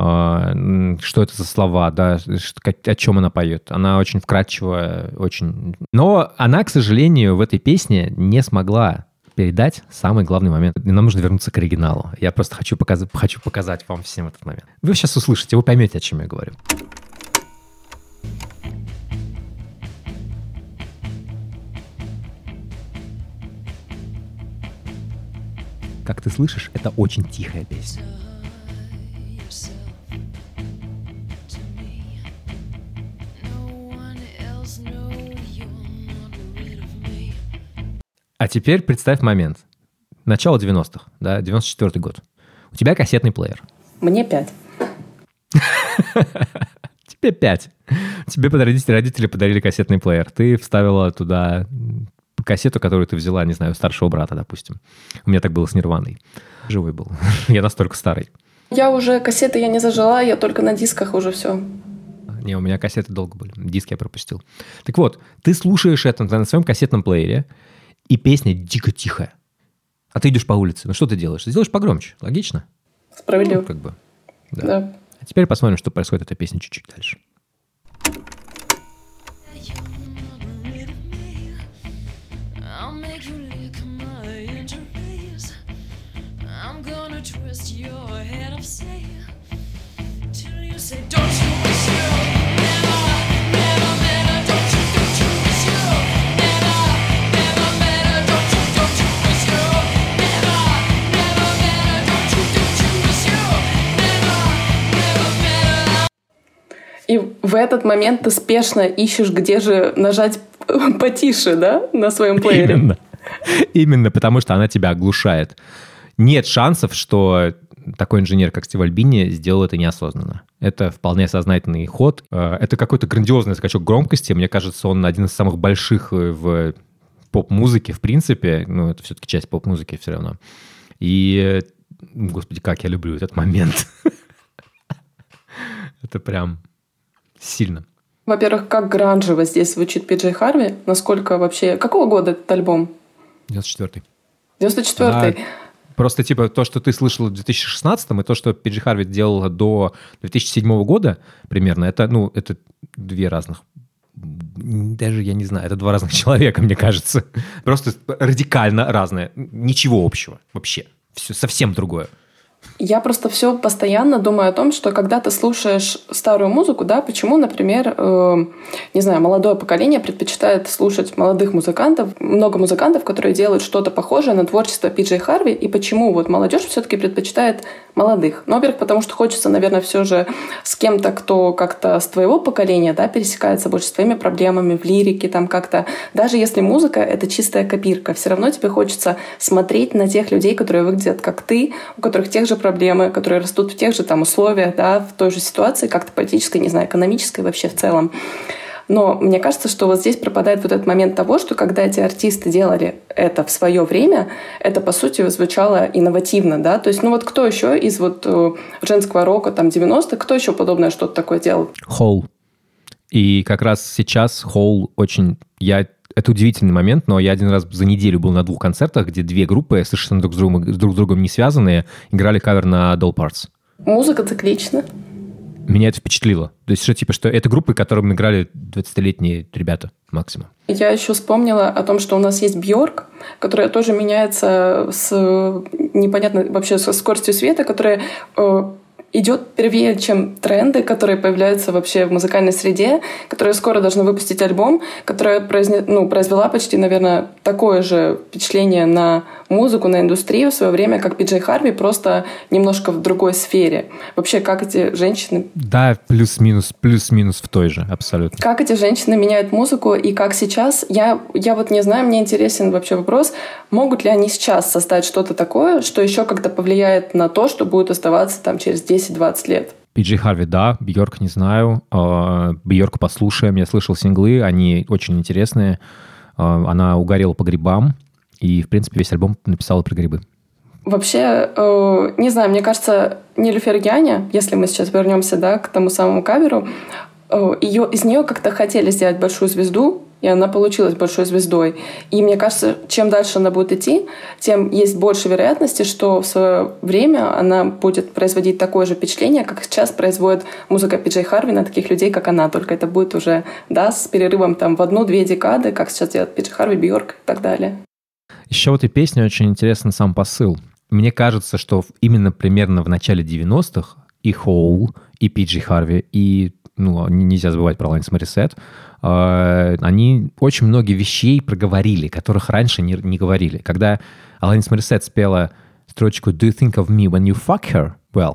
Что это за слова, да, о чем она поет. Она очень вкрадчивая, очень... Но она, к сожалению, в этой песне не смогла передать самый главный момент. И нам нужно вернуться к оригиналу. Я просто хочу показать вам всем этот момент. Вы сейчас услышите, вы поймете, о чем я говорю. Как ты слышишь, это очень тихая песня. А теперь представь момент. Начало 90-х, да, 94-й год. У тебя кассетный плеер. Мне 5. Тебе 5. Тебе родители подарили кассетный плеер. Ты вставила туда кассету, которую ты взяла, не знаю, у старшего брата, допустим. У меня так было с Нирваной. Живой был. Я настолько старый. Я уже кассеты я не зажила, я только на дисках уже все. Не, у меня кассеты долго были. Диски я пропустил. Так вот, ты слушаешь это на своем кассетном плеере, и песня дико тихая. А ты идешь по улице. Ну что ты делаешь? Ты делаешь погромче. Логично? Справедливо. Ну, как бы. Да. Да. А теперь посмотрим, что происходит в этой песне чуть-чуть дальше. Don't you wish you never, never met a в этот момент ты спешно ищешь, где же нажать потише, да, на своем плеере. Именно, потому что она тебя оглушает. Нет шансов, что такой инженер, как Стив Альбини, сделал это неосознанно. Это вполне сознательный ход. Это какой-то грандиозный скачок громкости. Мне кажется, он один из самых больших в поп-музыке, в принципе. Ну, это все-таки часть поп-музыки все равно. И, господи, как я люблю этот момент. Это прям сильно. Во-первых, как гранжево здесь звучит Пиджей Харви. Насколько вообще... Какого года этот альбом? 94-й. 94-й. Просто типа то, что ты слышал в 2016-м, и то, что Пиджей Харви делала до 2007 года примерно, это две разных... Даже, я не знаю, это два разных человека, мне кажется. Просто радикально разные. Ничего общего вообще. Все совсем другое. Я просто все постоянно думаю о том, что когда ты слушаешь старую музыку, да, почему, например, не знаю, молодое поколение предпочитает слушать молодых музыкантов, много музыкантов, которые делают что-то похожее на творчество Пиджей Харви, и почему вот молодежь все-таки предпочитает молодых? Ну, во-первых, потому что хочется, наверное, все же с кем-то, кто как-то с твоего поколения, да, пересекается больше с твоими проблемами в лирике, там как-то, даже если музыка — это чистая копирка, все равно тебе хочется смотреть на тех людей, которые выглядят как ты, у которых тех же проблемы, которые растут в тех же там условиях, да, в той же ситуации, как-то политической, не знаю, экономической вообще в целом. Но мне кажется, что вот здесь пропадает вот этот момент того, что когда эти артисты делали это в свое время, это, по сути, звучало инновативно, да, то есть, ну вот кто еще из вот женского рока там 90-х, кто еще подобное что-то такое делал? Hole. И как раз сейчас Hole очень... Это удивительный момент, но я один раз за неделю был на 2 концертах, где 2 группы, совершенно друг с другом не связанные, играли кавер на Doll Parts. Музыка циклична. Меня это впечатлило. То есть, что это группы, которым играли 20-летние ребята максимум. Я еще вспомнила о том, что у нас есть Бьорк, которая тоже меняется с непонятно вообще со скоростью света, которая идет первее, чем тренды, которые появляются вообще в музыкальной среде, которые скоро должны выпустить альбом, которая произвела почти, наверное, такое же впечатление на музыку, на индустрию в свое время, как Пиджей Харви, просто немножко в другой сфере. Вообще, как эти женщины... Да, плюс-минус в той же, абсолютно. Как эти женщины меняют музыку, и как сейчас... Я вот не знаю, мне интересен вообще вопрос, могут ли они сейчас создать что-то такое, что еще как-то повлияет на то, что будет оставаться там через 10-20 лет? Пиджей Харви, да, Бьорк не знаю. Бьорк послушаем, я слышал синглы, они очень интересные. Она угорела по грибам, и, в принципе, весь альбом написала про грибы. Вообще, не знаю, мне кажется, Нилюфер Яня, если мы сейчас вернемся, да, к тому самому каверу, из нее как-то хотели сделать большую звезду, и она получилась большой звездой. И мне кажется, чем дальше она будет идти, тем есть больше вероятности, что в свое время она будет производить такое же впечатление, как сейчас производит музыка Пиджей Харви на таких людей, как она. Только это будет уже, да, с перерывом там в 1-2 декады, как сейчас делает Пиджей Харви, Бьорк и так далее. Еще в этой песне очень интересен сам посыл. Мне кажется, что именно примерно в начале 90-х и Hole, и Пиджей Харви, и нельзя забывать про Alanis Morissette, они очень много вещей проговорили, которых раньше не говорили. Когда Alanis Morissette спела строчку «Do you think of me when you fuck her?» Well,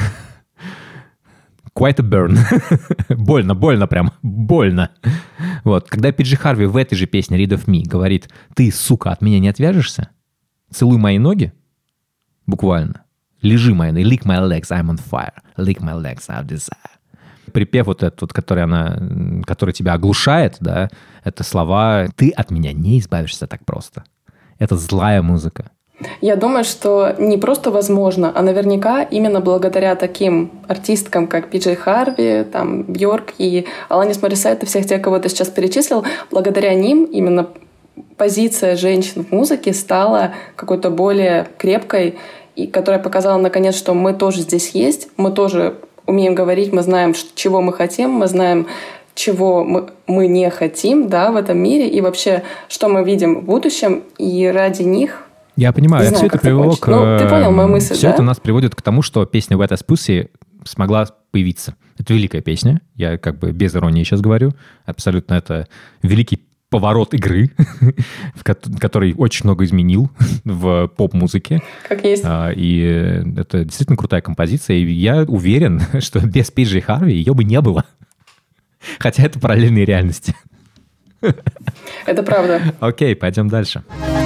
quite a burn. больно прям, больно. Вот. Когда Пиджей Харви в этой же песне «Read of Me» говорит «Ты, сука, от меня не отвяжешься? Целуй мои ноги?» Буквально. «Лежи мои ноги, lick my legs, I'm on fire. Lick my legs, I desire». Припев вот этот, который тебя оглушает, да, это слова «ты от меня не избавишься так просто». Это злая музыка. Я думаю, что не просто возможно, а наверняка именно благодаря таким артисткам, как Пиджей Харви, там, Бьорк и Alanis Morissette, и всех тех, кого ты сейчас перечислил, благодаря ним именно позиция женщин в музыке стала какой-то более крепкой, и которая показала, наконец, что мы тоже здесь есть, мы тоже умеем говорить, мы знаем, чего мы хотим, мы знаем, чего мы не хотим, да, в этом мире, и вообще, что мы видим в будущем, и ради них... Я понимаю, все это привело к... Ну, ты понял мою мысль, все да? это нас приводит к тому, что песня «Wet as Pussy» смогла появиться. Это великая песня, я как бы без иронии сейчас говорю, абсолютно это великий поворот игры, который очень много изменил в поп-музыке. Как есть. И это действительно крутая композиция. И я уверен, что без Пиджей Харви ее бы не было. Хотя это параллельные реальности. Это правда. Окей, пойдем дальше.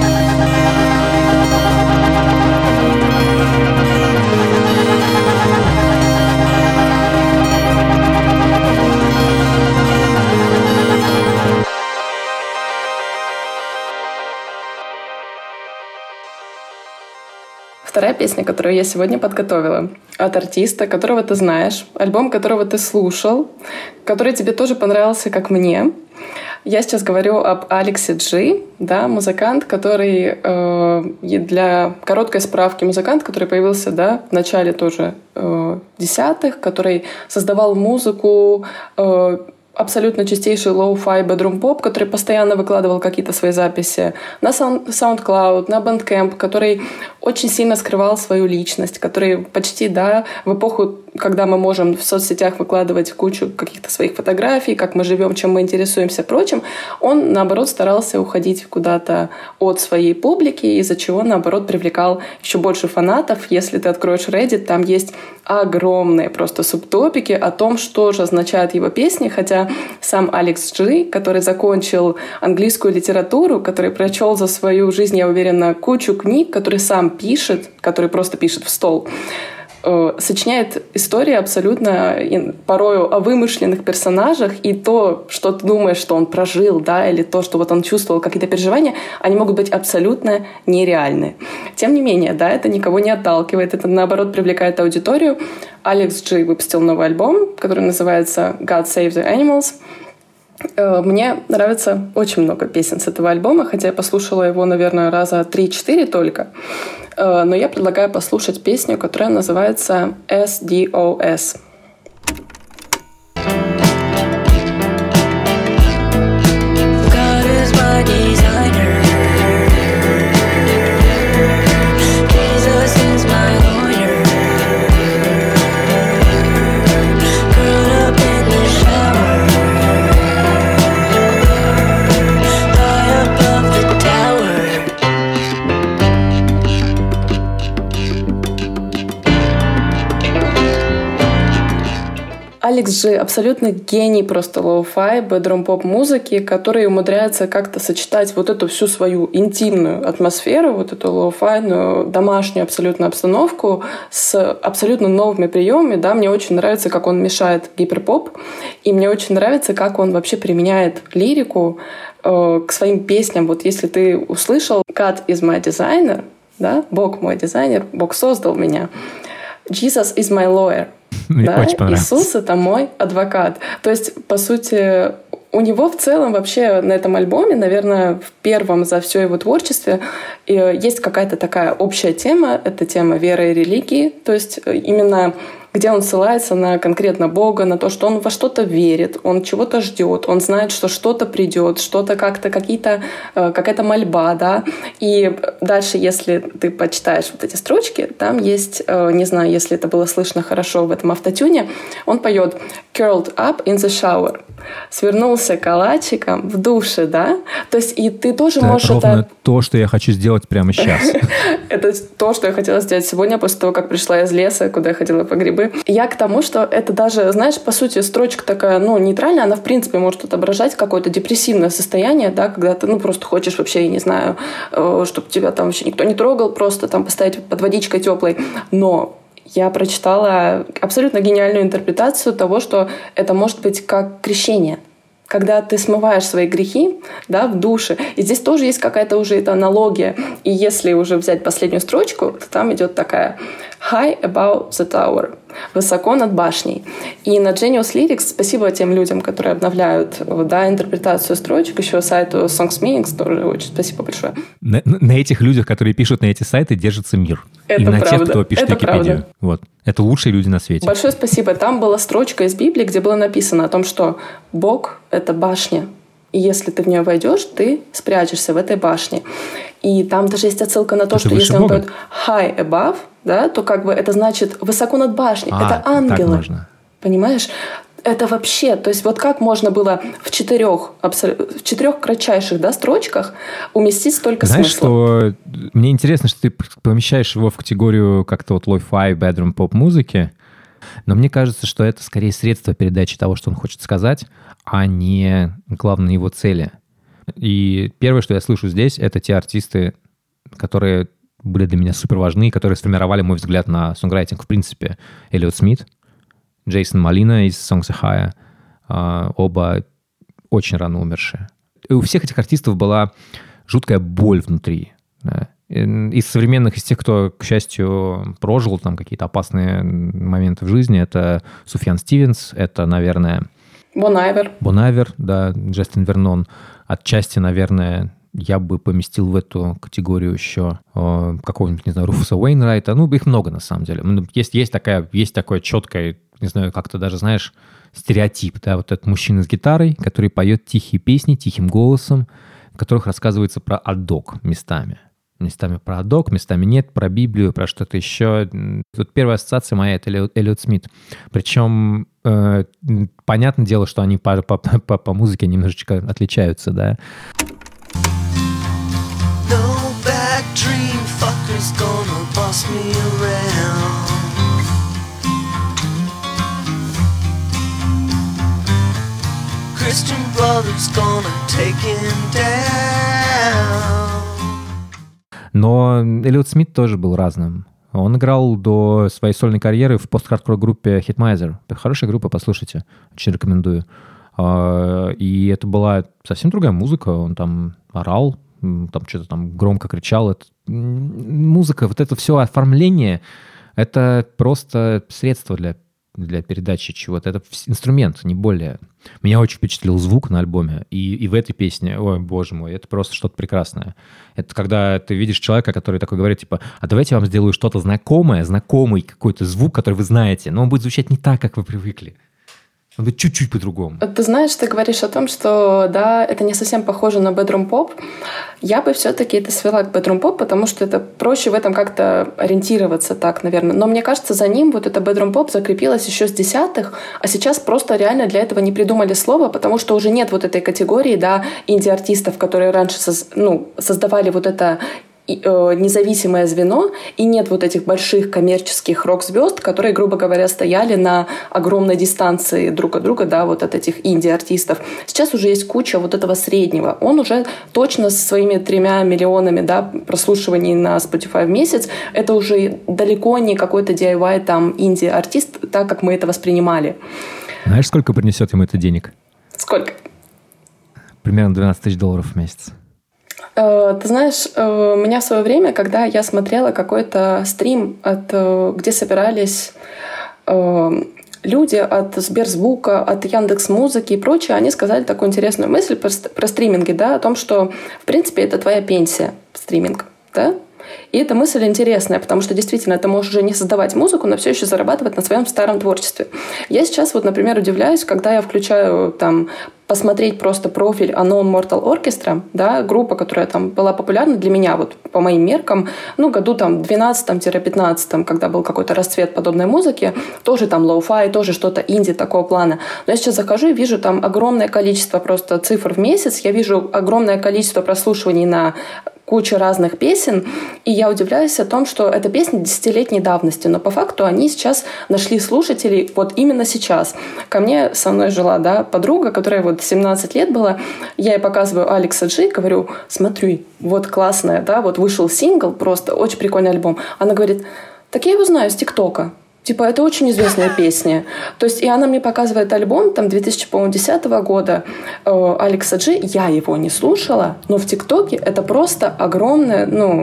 Вторая песня, которую я сегодня подготовила, от артиста, которого ты знаешь, альбом которого ты слушал, который тебе тоже понравился, как мне. Я сейчас говорю об Алексе Джи, да, музыкант, который, для короткой справки, музыкант, который появился, да, в начале тоже десятых, который создавал музыку, абсолютно чистейший лоу-фай бедрум-поп, который постоянно выкладывал какие-то свои записи на SoundCloud, на Bandcamp, который очень сильно скрывал свою личность, который почти, да, в эпоху, когда мы можем в соцсетях выкладывать кучу каких-то своих фотографий, как мы живем, чем мы интересуемся, прочим, он, наоборот, старался уходить куда-то от своей публики, из-за чего, наоборот, привлекал еще больше фанатов. Если ты откроешь Reddit, там есть огромные просто субтопики о том, что же означают его песни, хотя сам Алекс Джи, который закончил английскую литературу, который прочел за свою жизнь, я уверена, кучу книг, который сам пишет, который просто пишет в стол, сочиняет истории абсолютно порою о вымышленных персонажах, и то, что ты думаешь, что он прожил, да, или то, что вот он чувствовал, какие-то переживания, они могут быть абсолютно нереальны. Тем не менее, да, это никого не отталкивает, это, наоборот, привлекает аудиторию. Алекс Джи выпустил новый альбом, который называется «God Save the Animals». Мне нравится очень много песен с этого альбома, хотя я послушала его, наверное, раза 3-4 только. Но я предлагаю послушать песню, которая называется SDOS. Алекс Джи абсолютно гений просто лоу-фай, бедрум-поп музыки, который умудряется как-то сочетать вот эту всю свою интимную атмосферу, вот эту лоу-файную, домашнюю абсолютно обстановку с абсолютно новыми приемами. Да, мне очень нравится, как он мешает гиперпоп, и мне очень нравится, как он вообще применяет лирику к своим песням. Вот если ты услышал «God is my designer», да, «Бог мой дизайнер», «Бог создал меня», «Jesus is my lawyer», да? Иисус — это мой адвокат. То есть, по сути, у него в целом вообще на этом альбоме, наверное, в первом за все его творчестве есть какая-то такая общая тема. Это тема веры и религии. То есть именно где он ссылается на конкретно Бога, на то, что он во что-то верит, он чего-то ждет, он знает, что что-то придет, что-то как-то, какая-то мольба, да. И дальше, если ты почитаешь вот эти строчки, там есть, не знаю, если это было слышно хорошо в этом автотюне, он поет «curled up in the shower», свернулся калачиком в душе, да. То есть и ты тоже можешь ровно то, что я хочу сделать прямо сейчас. Это то, что я хотела сделать сегодня, после того, как пришла из леса, куда я ходила по грибы. Я к тому, что это даже, знаешь, по сути, строчка такая, нейтральная, она, в принципе, может отображать какое-то депрессивное состояние, да, когда ты, просто хочешь вообще, я не знаю, чтобы тебя там вообще никто не трогал, просто там поставить под водичкой теплой. Но я прочитала абсолютно гениальную интерпретацию того, что это может быть как крещение. Когда ты смываешь свои грехи, да, в душе. И здесь тоже есть какая-то уже эта аналогия. И если уже взять последнюю строчку, то там идет такая «High above the tower», «Высоко над башней». И на Genius Lyrics, спасибо тем людям, которые обновляют, да, интерпретацию строчек, еще сайту Songs Meanings тоже очень спасибо большое. На этих людях, которые пишут на эти сайты, держится мир. Это и на правда. тех, кто пишет Википедию. Вот. Это лучшие люди на свете. Большое спасибо. Там была строчка из Библии, где было написано о том, что Бог — это башня. И если ты в нее войдешь, ты спрячешься в этой башне. И там даже есть отсылка на то, что если он поет high above, да, то как бы это значит высоко над башней. Это ангелы. Так можно. Понимаешь? Это вообще, то есть вот как можно было в четырех кратчайших, да, строчках уместить столько смысла? Знаешь, что мне интересно, что ты помещаешь его в категорию как-то вот лой-фай, bedroom pop музыки, Но мне кажется, что это скорее средство передачи того, что он хочет сказать, а не главные его цели. И первое, что я слышу здесь, это те артисты, которые были для меня супер важны, которые сформировали мой взгляд на сонграйтинг в принципе. Эллиот Смит, Джейсон Малина из Songs of High, оба очень рано умершие. И у всех этих артистов была жуткая боль внутри. Да. Из современных, из тех, кто, к счастью, прожил там какие-то опасные моменты в жизни, это Суфьян Стивенс, это, наверное... Бон Айвер, да, Джастин Вернон. Отчасти, наверное, я бы поместил в эту категорию еще какого-нибудь, не знаю, Руфуса Уэйнрайта. Ну, их много, на самом деле. Есть такое четкое, не знаю, как-то даже, знаешь, стереотип, да, вот этот мужчина с гитарой, который поет тихие песни, тихим голосом, в которых рассказывается про адок местами. Местами про адок, местами нет, про Библию, про что-то еще. Вот первая ассоциация моя — это Эллиот Смит. Причем понятное дело, что они по музыке немножечко отличаются, да. No bad dream fucker's gonna boss me around. Christian brother's gonna take him down. Но Эллиот Смит тоже был разным. Он играл до своей сольной карьеры в пост-хардкор группе Hitmiser. Хорошая группа, послушайте. Очень рекомендую. И это была совсем другая музыка. Он там орал, там что-то там громко кричал. Музыка, вот это все оформление, это просто средство для передачи чего-то. Это инструмент, не более. Меня очень впечатлил звук на альбоме. И в этой песне, ой, боже мой, это просто что-то прекрасное. Это когда ты видишь человека, который такой говорит, типа, а давайте я вам сделаю что-то знакомый какой-то звук, который вы знаете, но он будет звучать не так, как вы привыкли. Он будет чуть-чуть по-другому. Ты знаешь, ты говоришь о том, что, да, это не совсем похоже на bedroom pop. Я бы все-таки это свела к bedroom pop, потому что это проще в этом как-то ориентироваться так, наверное. Но мне кажется, за ним вот это bedroom pop закрепилось еще с 10-х, а сейчас просто реально для этого не придумали слова, потому что уже нет вот этой категории, да, инди-артистов, которые раньше создавали вот это независимое звено, и нет вот этих больших коммерческих рок-звезд, которые, грубо говоря, стояли на огромной дистанции друг от друга, да, вот от этих инди-артистов. Сейчас уже есть куча вот этого среднего. Он уже точно со своими 3 миллионами, да, прослушиваний на Spotify в месяц, это уже далеко не какой-то DIY там инди-артист, так как мы это воспринимали. Знаешь, сколько принесет ему это денег? Сколько? Примерно $12 000 в месяц. Ты знаешь, у меня в свое время, когда я смотрела какой-то стрим, где собирались люди от Сберзвука, от Яндекс.Музыки и прочее, они сказали такую интересную мысль про стриминги, да, о том, что, в принципе, это твоя пенсия, стриминг, да? И эта мысль интересная, потому что действительно ты можешь уже не создавать музыку, но все еще зарабатывать на своем старом творчестве. Я сейчас, вот, например, удивляюсь, когда я включаю там посмотреть просто профиль Unknown Mortal Orchestra, да, группа, которая там была популярна для меня, вот по моим меркам, ну, году там 12-15, когда был какой-то расцвет подобной музыки, тоже там лоу-фай, тоже что-то инди такого плана. Но я сейчас захожу и вижу там огромное количество просто цифр в месяц, я вижу огромное количество прослушиваний на кучу разных песен, и я удивляюсь о том, что это песни 10-летней давности, но по факту они сейчас нашли слушателей вот именно сейчас. Ко мне со мной жила, да, подруга, которая вот 17 лет была, я ей показываю Алекса Джи, говорю, смотри, вот классная, да, вот вышел сингл, просто очень прикольный альбом. Она говорит, так я его знаю с ТикТока. Типа, это очень известная песня. То есть, и она мне показывает альбом там 2010 года Алекса Джи. Я его не слушала, но в ТикТоке это просто огромное,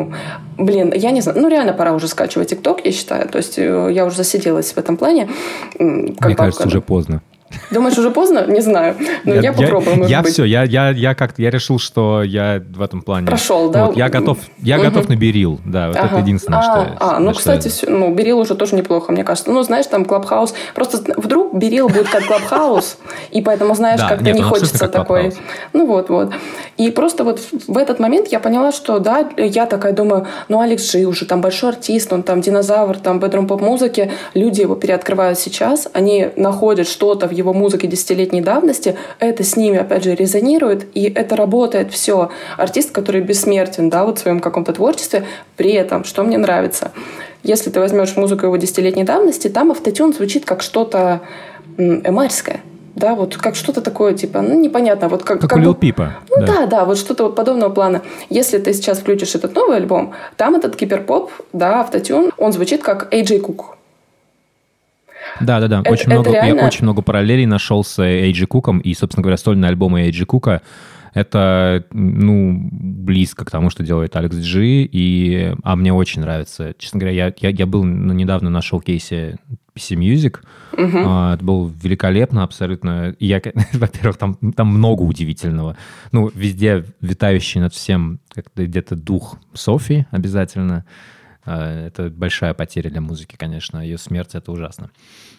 я не знаю, реально пора уже скачивать ТикТок, я считаю. То есть, я уже засиделась в этом плане. Мне кажется, уже поздно. Думаешь, уже поздно? Не знаю. Но я попробую, может быть. Все, я решил, что я в этом плане... Прошел, да? Вот, я готов на Берил, да, вот это единственное, что... кстати, Берил уже тоже неплохо, мне кажется. Знаешь, там Клабхаус, просто вдруг Берил будет как Клабхаус, и поэтому, знаешь, как-то не хочется такой... Вот. И просто вот в этот момент я поняла, что, да, я такая думаю, Алекс Джи уже там большой артист, он там динозавр, там бедрум поп-музыки, люди его переоткрывают сейчас, они находят что-то в его его музыки десятилетней давности, это с ними, опять же, резонирует, и это работает все. Артист, который бессмертен, да, вот в своем каком-то творчестве, при этом, что мне нравится, если ты возьмешь музыку его десятилетней давности, там автотюн звучит как что-то эмарское. Да, вот как что-то такое, типа, непонятно. Вот как у Лил Пипа. Да, вот что-то вот подобного плана. Если ты сейчас включишь этот новый альбом, там этот киберпоп, да, автотюн, он звучит как AJ Cook. Да. Очень много параллелей нашел с AJ Cook'ом, и, собственно говоря, сольные альбомы AJ Cook'а это, близко к тому, что делает Алекс Джи, а мне очень нравится. Честно говоря, я был недавно на шоу-кейсе PC Music. Это было великолепно абсолютно. И во-первых, там много удивительного. Везде витающий над всем где-то дух Софи обязательно. Это большая потеря для музыки, конечно. Ее смерть — это ужасно.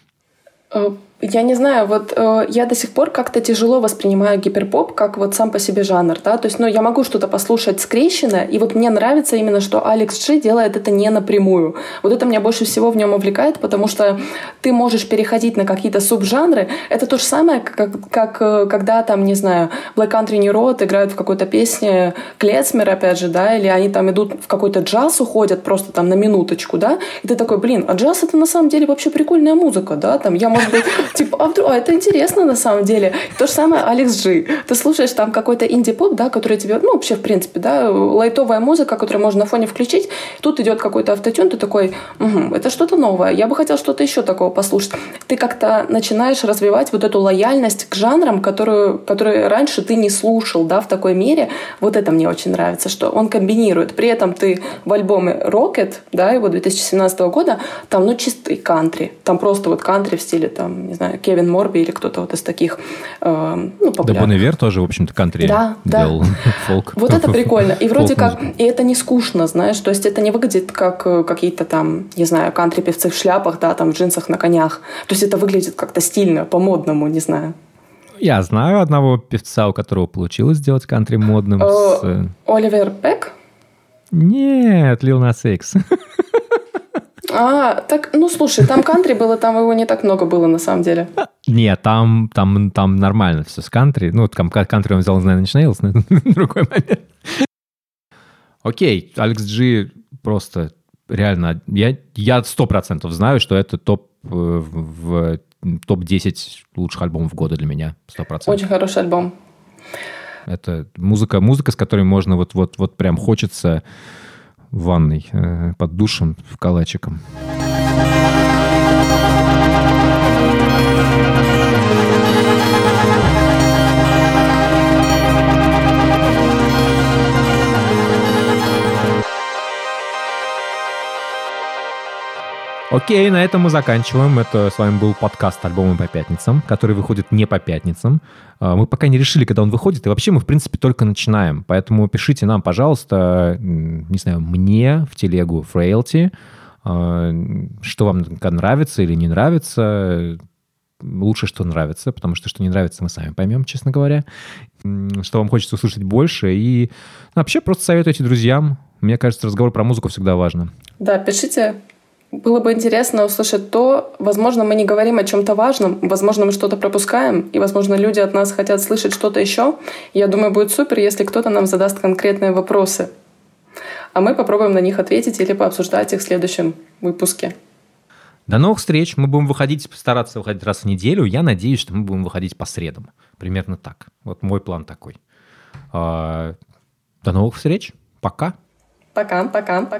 Я не знаю, вот я до сих пор как-то тяжело воспринимаю гиперпоп как вот сам по себе жанр, да, то есть, я могу что-то послушать скрещенное, и вот мне нравится именно, что Алекс Джи делает это не напрямую. Вот это меня больше всего в нем увлекает, потому что ты можешь переходить на какие-то субжанры. Это то же самое, как когда там, не знаю, Black Country New Road играют в какой-то песне Клецмер, опять же, да, или они там идут в какой-то джаз, уходят просто там на минуточку, да, и ты такой, а джаз это на самом деле вообще прикольная музыка, да, там я, может быть, типа, это интересно на самом деле. То же самое Алекс Джи. Ты слушаешь там какой-то инди-поп, да, который тебе, вообще, в принципе, да, лайтовая музыка, которую можно на фоне включить. Тут идет какой-то автотюн, ты такой, это что-то новое. Я бы хотел что-то еще такого послушать. Ты как-то начинаешь развивать вот эту лояльность к жанрам, которые раньше ты не слушал, да, в такой мере. Вот это мне очень нравится, что он комбинирует. При этом ты в альбоме Rocket, да, его 2017 года, там, чистый кантри. Там просто вот кантри в стиле, там, не знаю, Кевин Морби или кто-то вот из таких популярных. Да, Бон Ивер тоже, в общем-то, кантри делал, фолк. Вот это прикольно. И вроде как, и это не скучно, знаешь, то есть это не выглядит как какие-то там, не знаю, кантри-певцы в шляпах, да, там в джинсах на конях. То есть это выглядит как-то стильно, по-модному, не знаю. Я знаю одного певца, у которого получилось сделать кантри модным. Оливер Пек? Нет, Lil Nas X. Так, слушай, там кантри было, там его не так много было на самом деле. Нет, там нормально все с кантри. Там кантри он взял Nine Inch Nails на другой момент. Окей, Алекс Джи просто реально... Я 100% знаю, что это топ-10 лучших альбомов года для меня. 100%. Очень хороший альбом. Это музыка, с которой можно вот прям хочется... в ванной, под душем, в калачиком. Окей, на этом мы заканчиваем. Это с вами был подкаст «Альбомы по пятницам», который выходит не по пятницам. Мы пока не решили, когда он выходит, и вообще мы, в принципе, только начинаем. Поэтому пишите нам, пожалуйста, не знаю, мне в телегу Frailty, что вам нравится или не нравится. Лучше, что нравится, потому что не нравится, мы сами поймем, честно говоря. Что вам хочется услышать больше. И вообще просто советуйте друзьям. Мне кажется, разговор про музыку всегда важно. Да, пишите. Было бы интересно услышать то, возможно, мы не говорим о чем-то важном, возможно, мы что-то пропускаем, и, возможно, люди от нас хотят слышать что-то еще. Я думаю, будет супер, если кто-то нам задаст конкретные вопросы. А мы попробуем на них ответить или пообсуждать их в следующем выпуске. До новых встреч. Мы будем стараться выходить раз в неделю. Я надеюсь, что мы будем выходить по средам. Примерно так. Вот мой план такой. До новых встреч. Пока. Пока.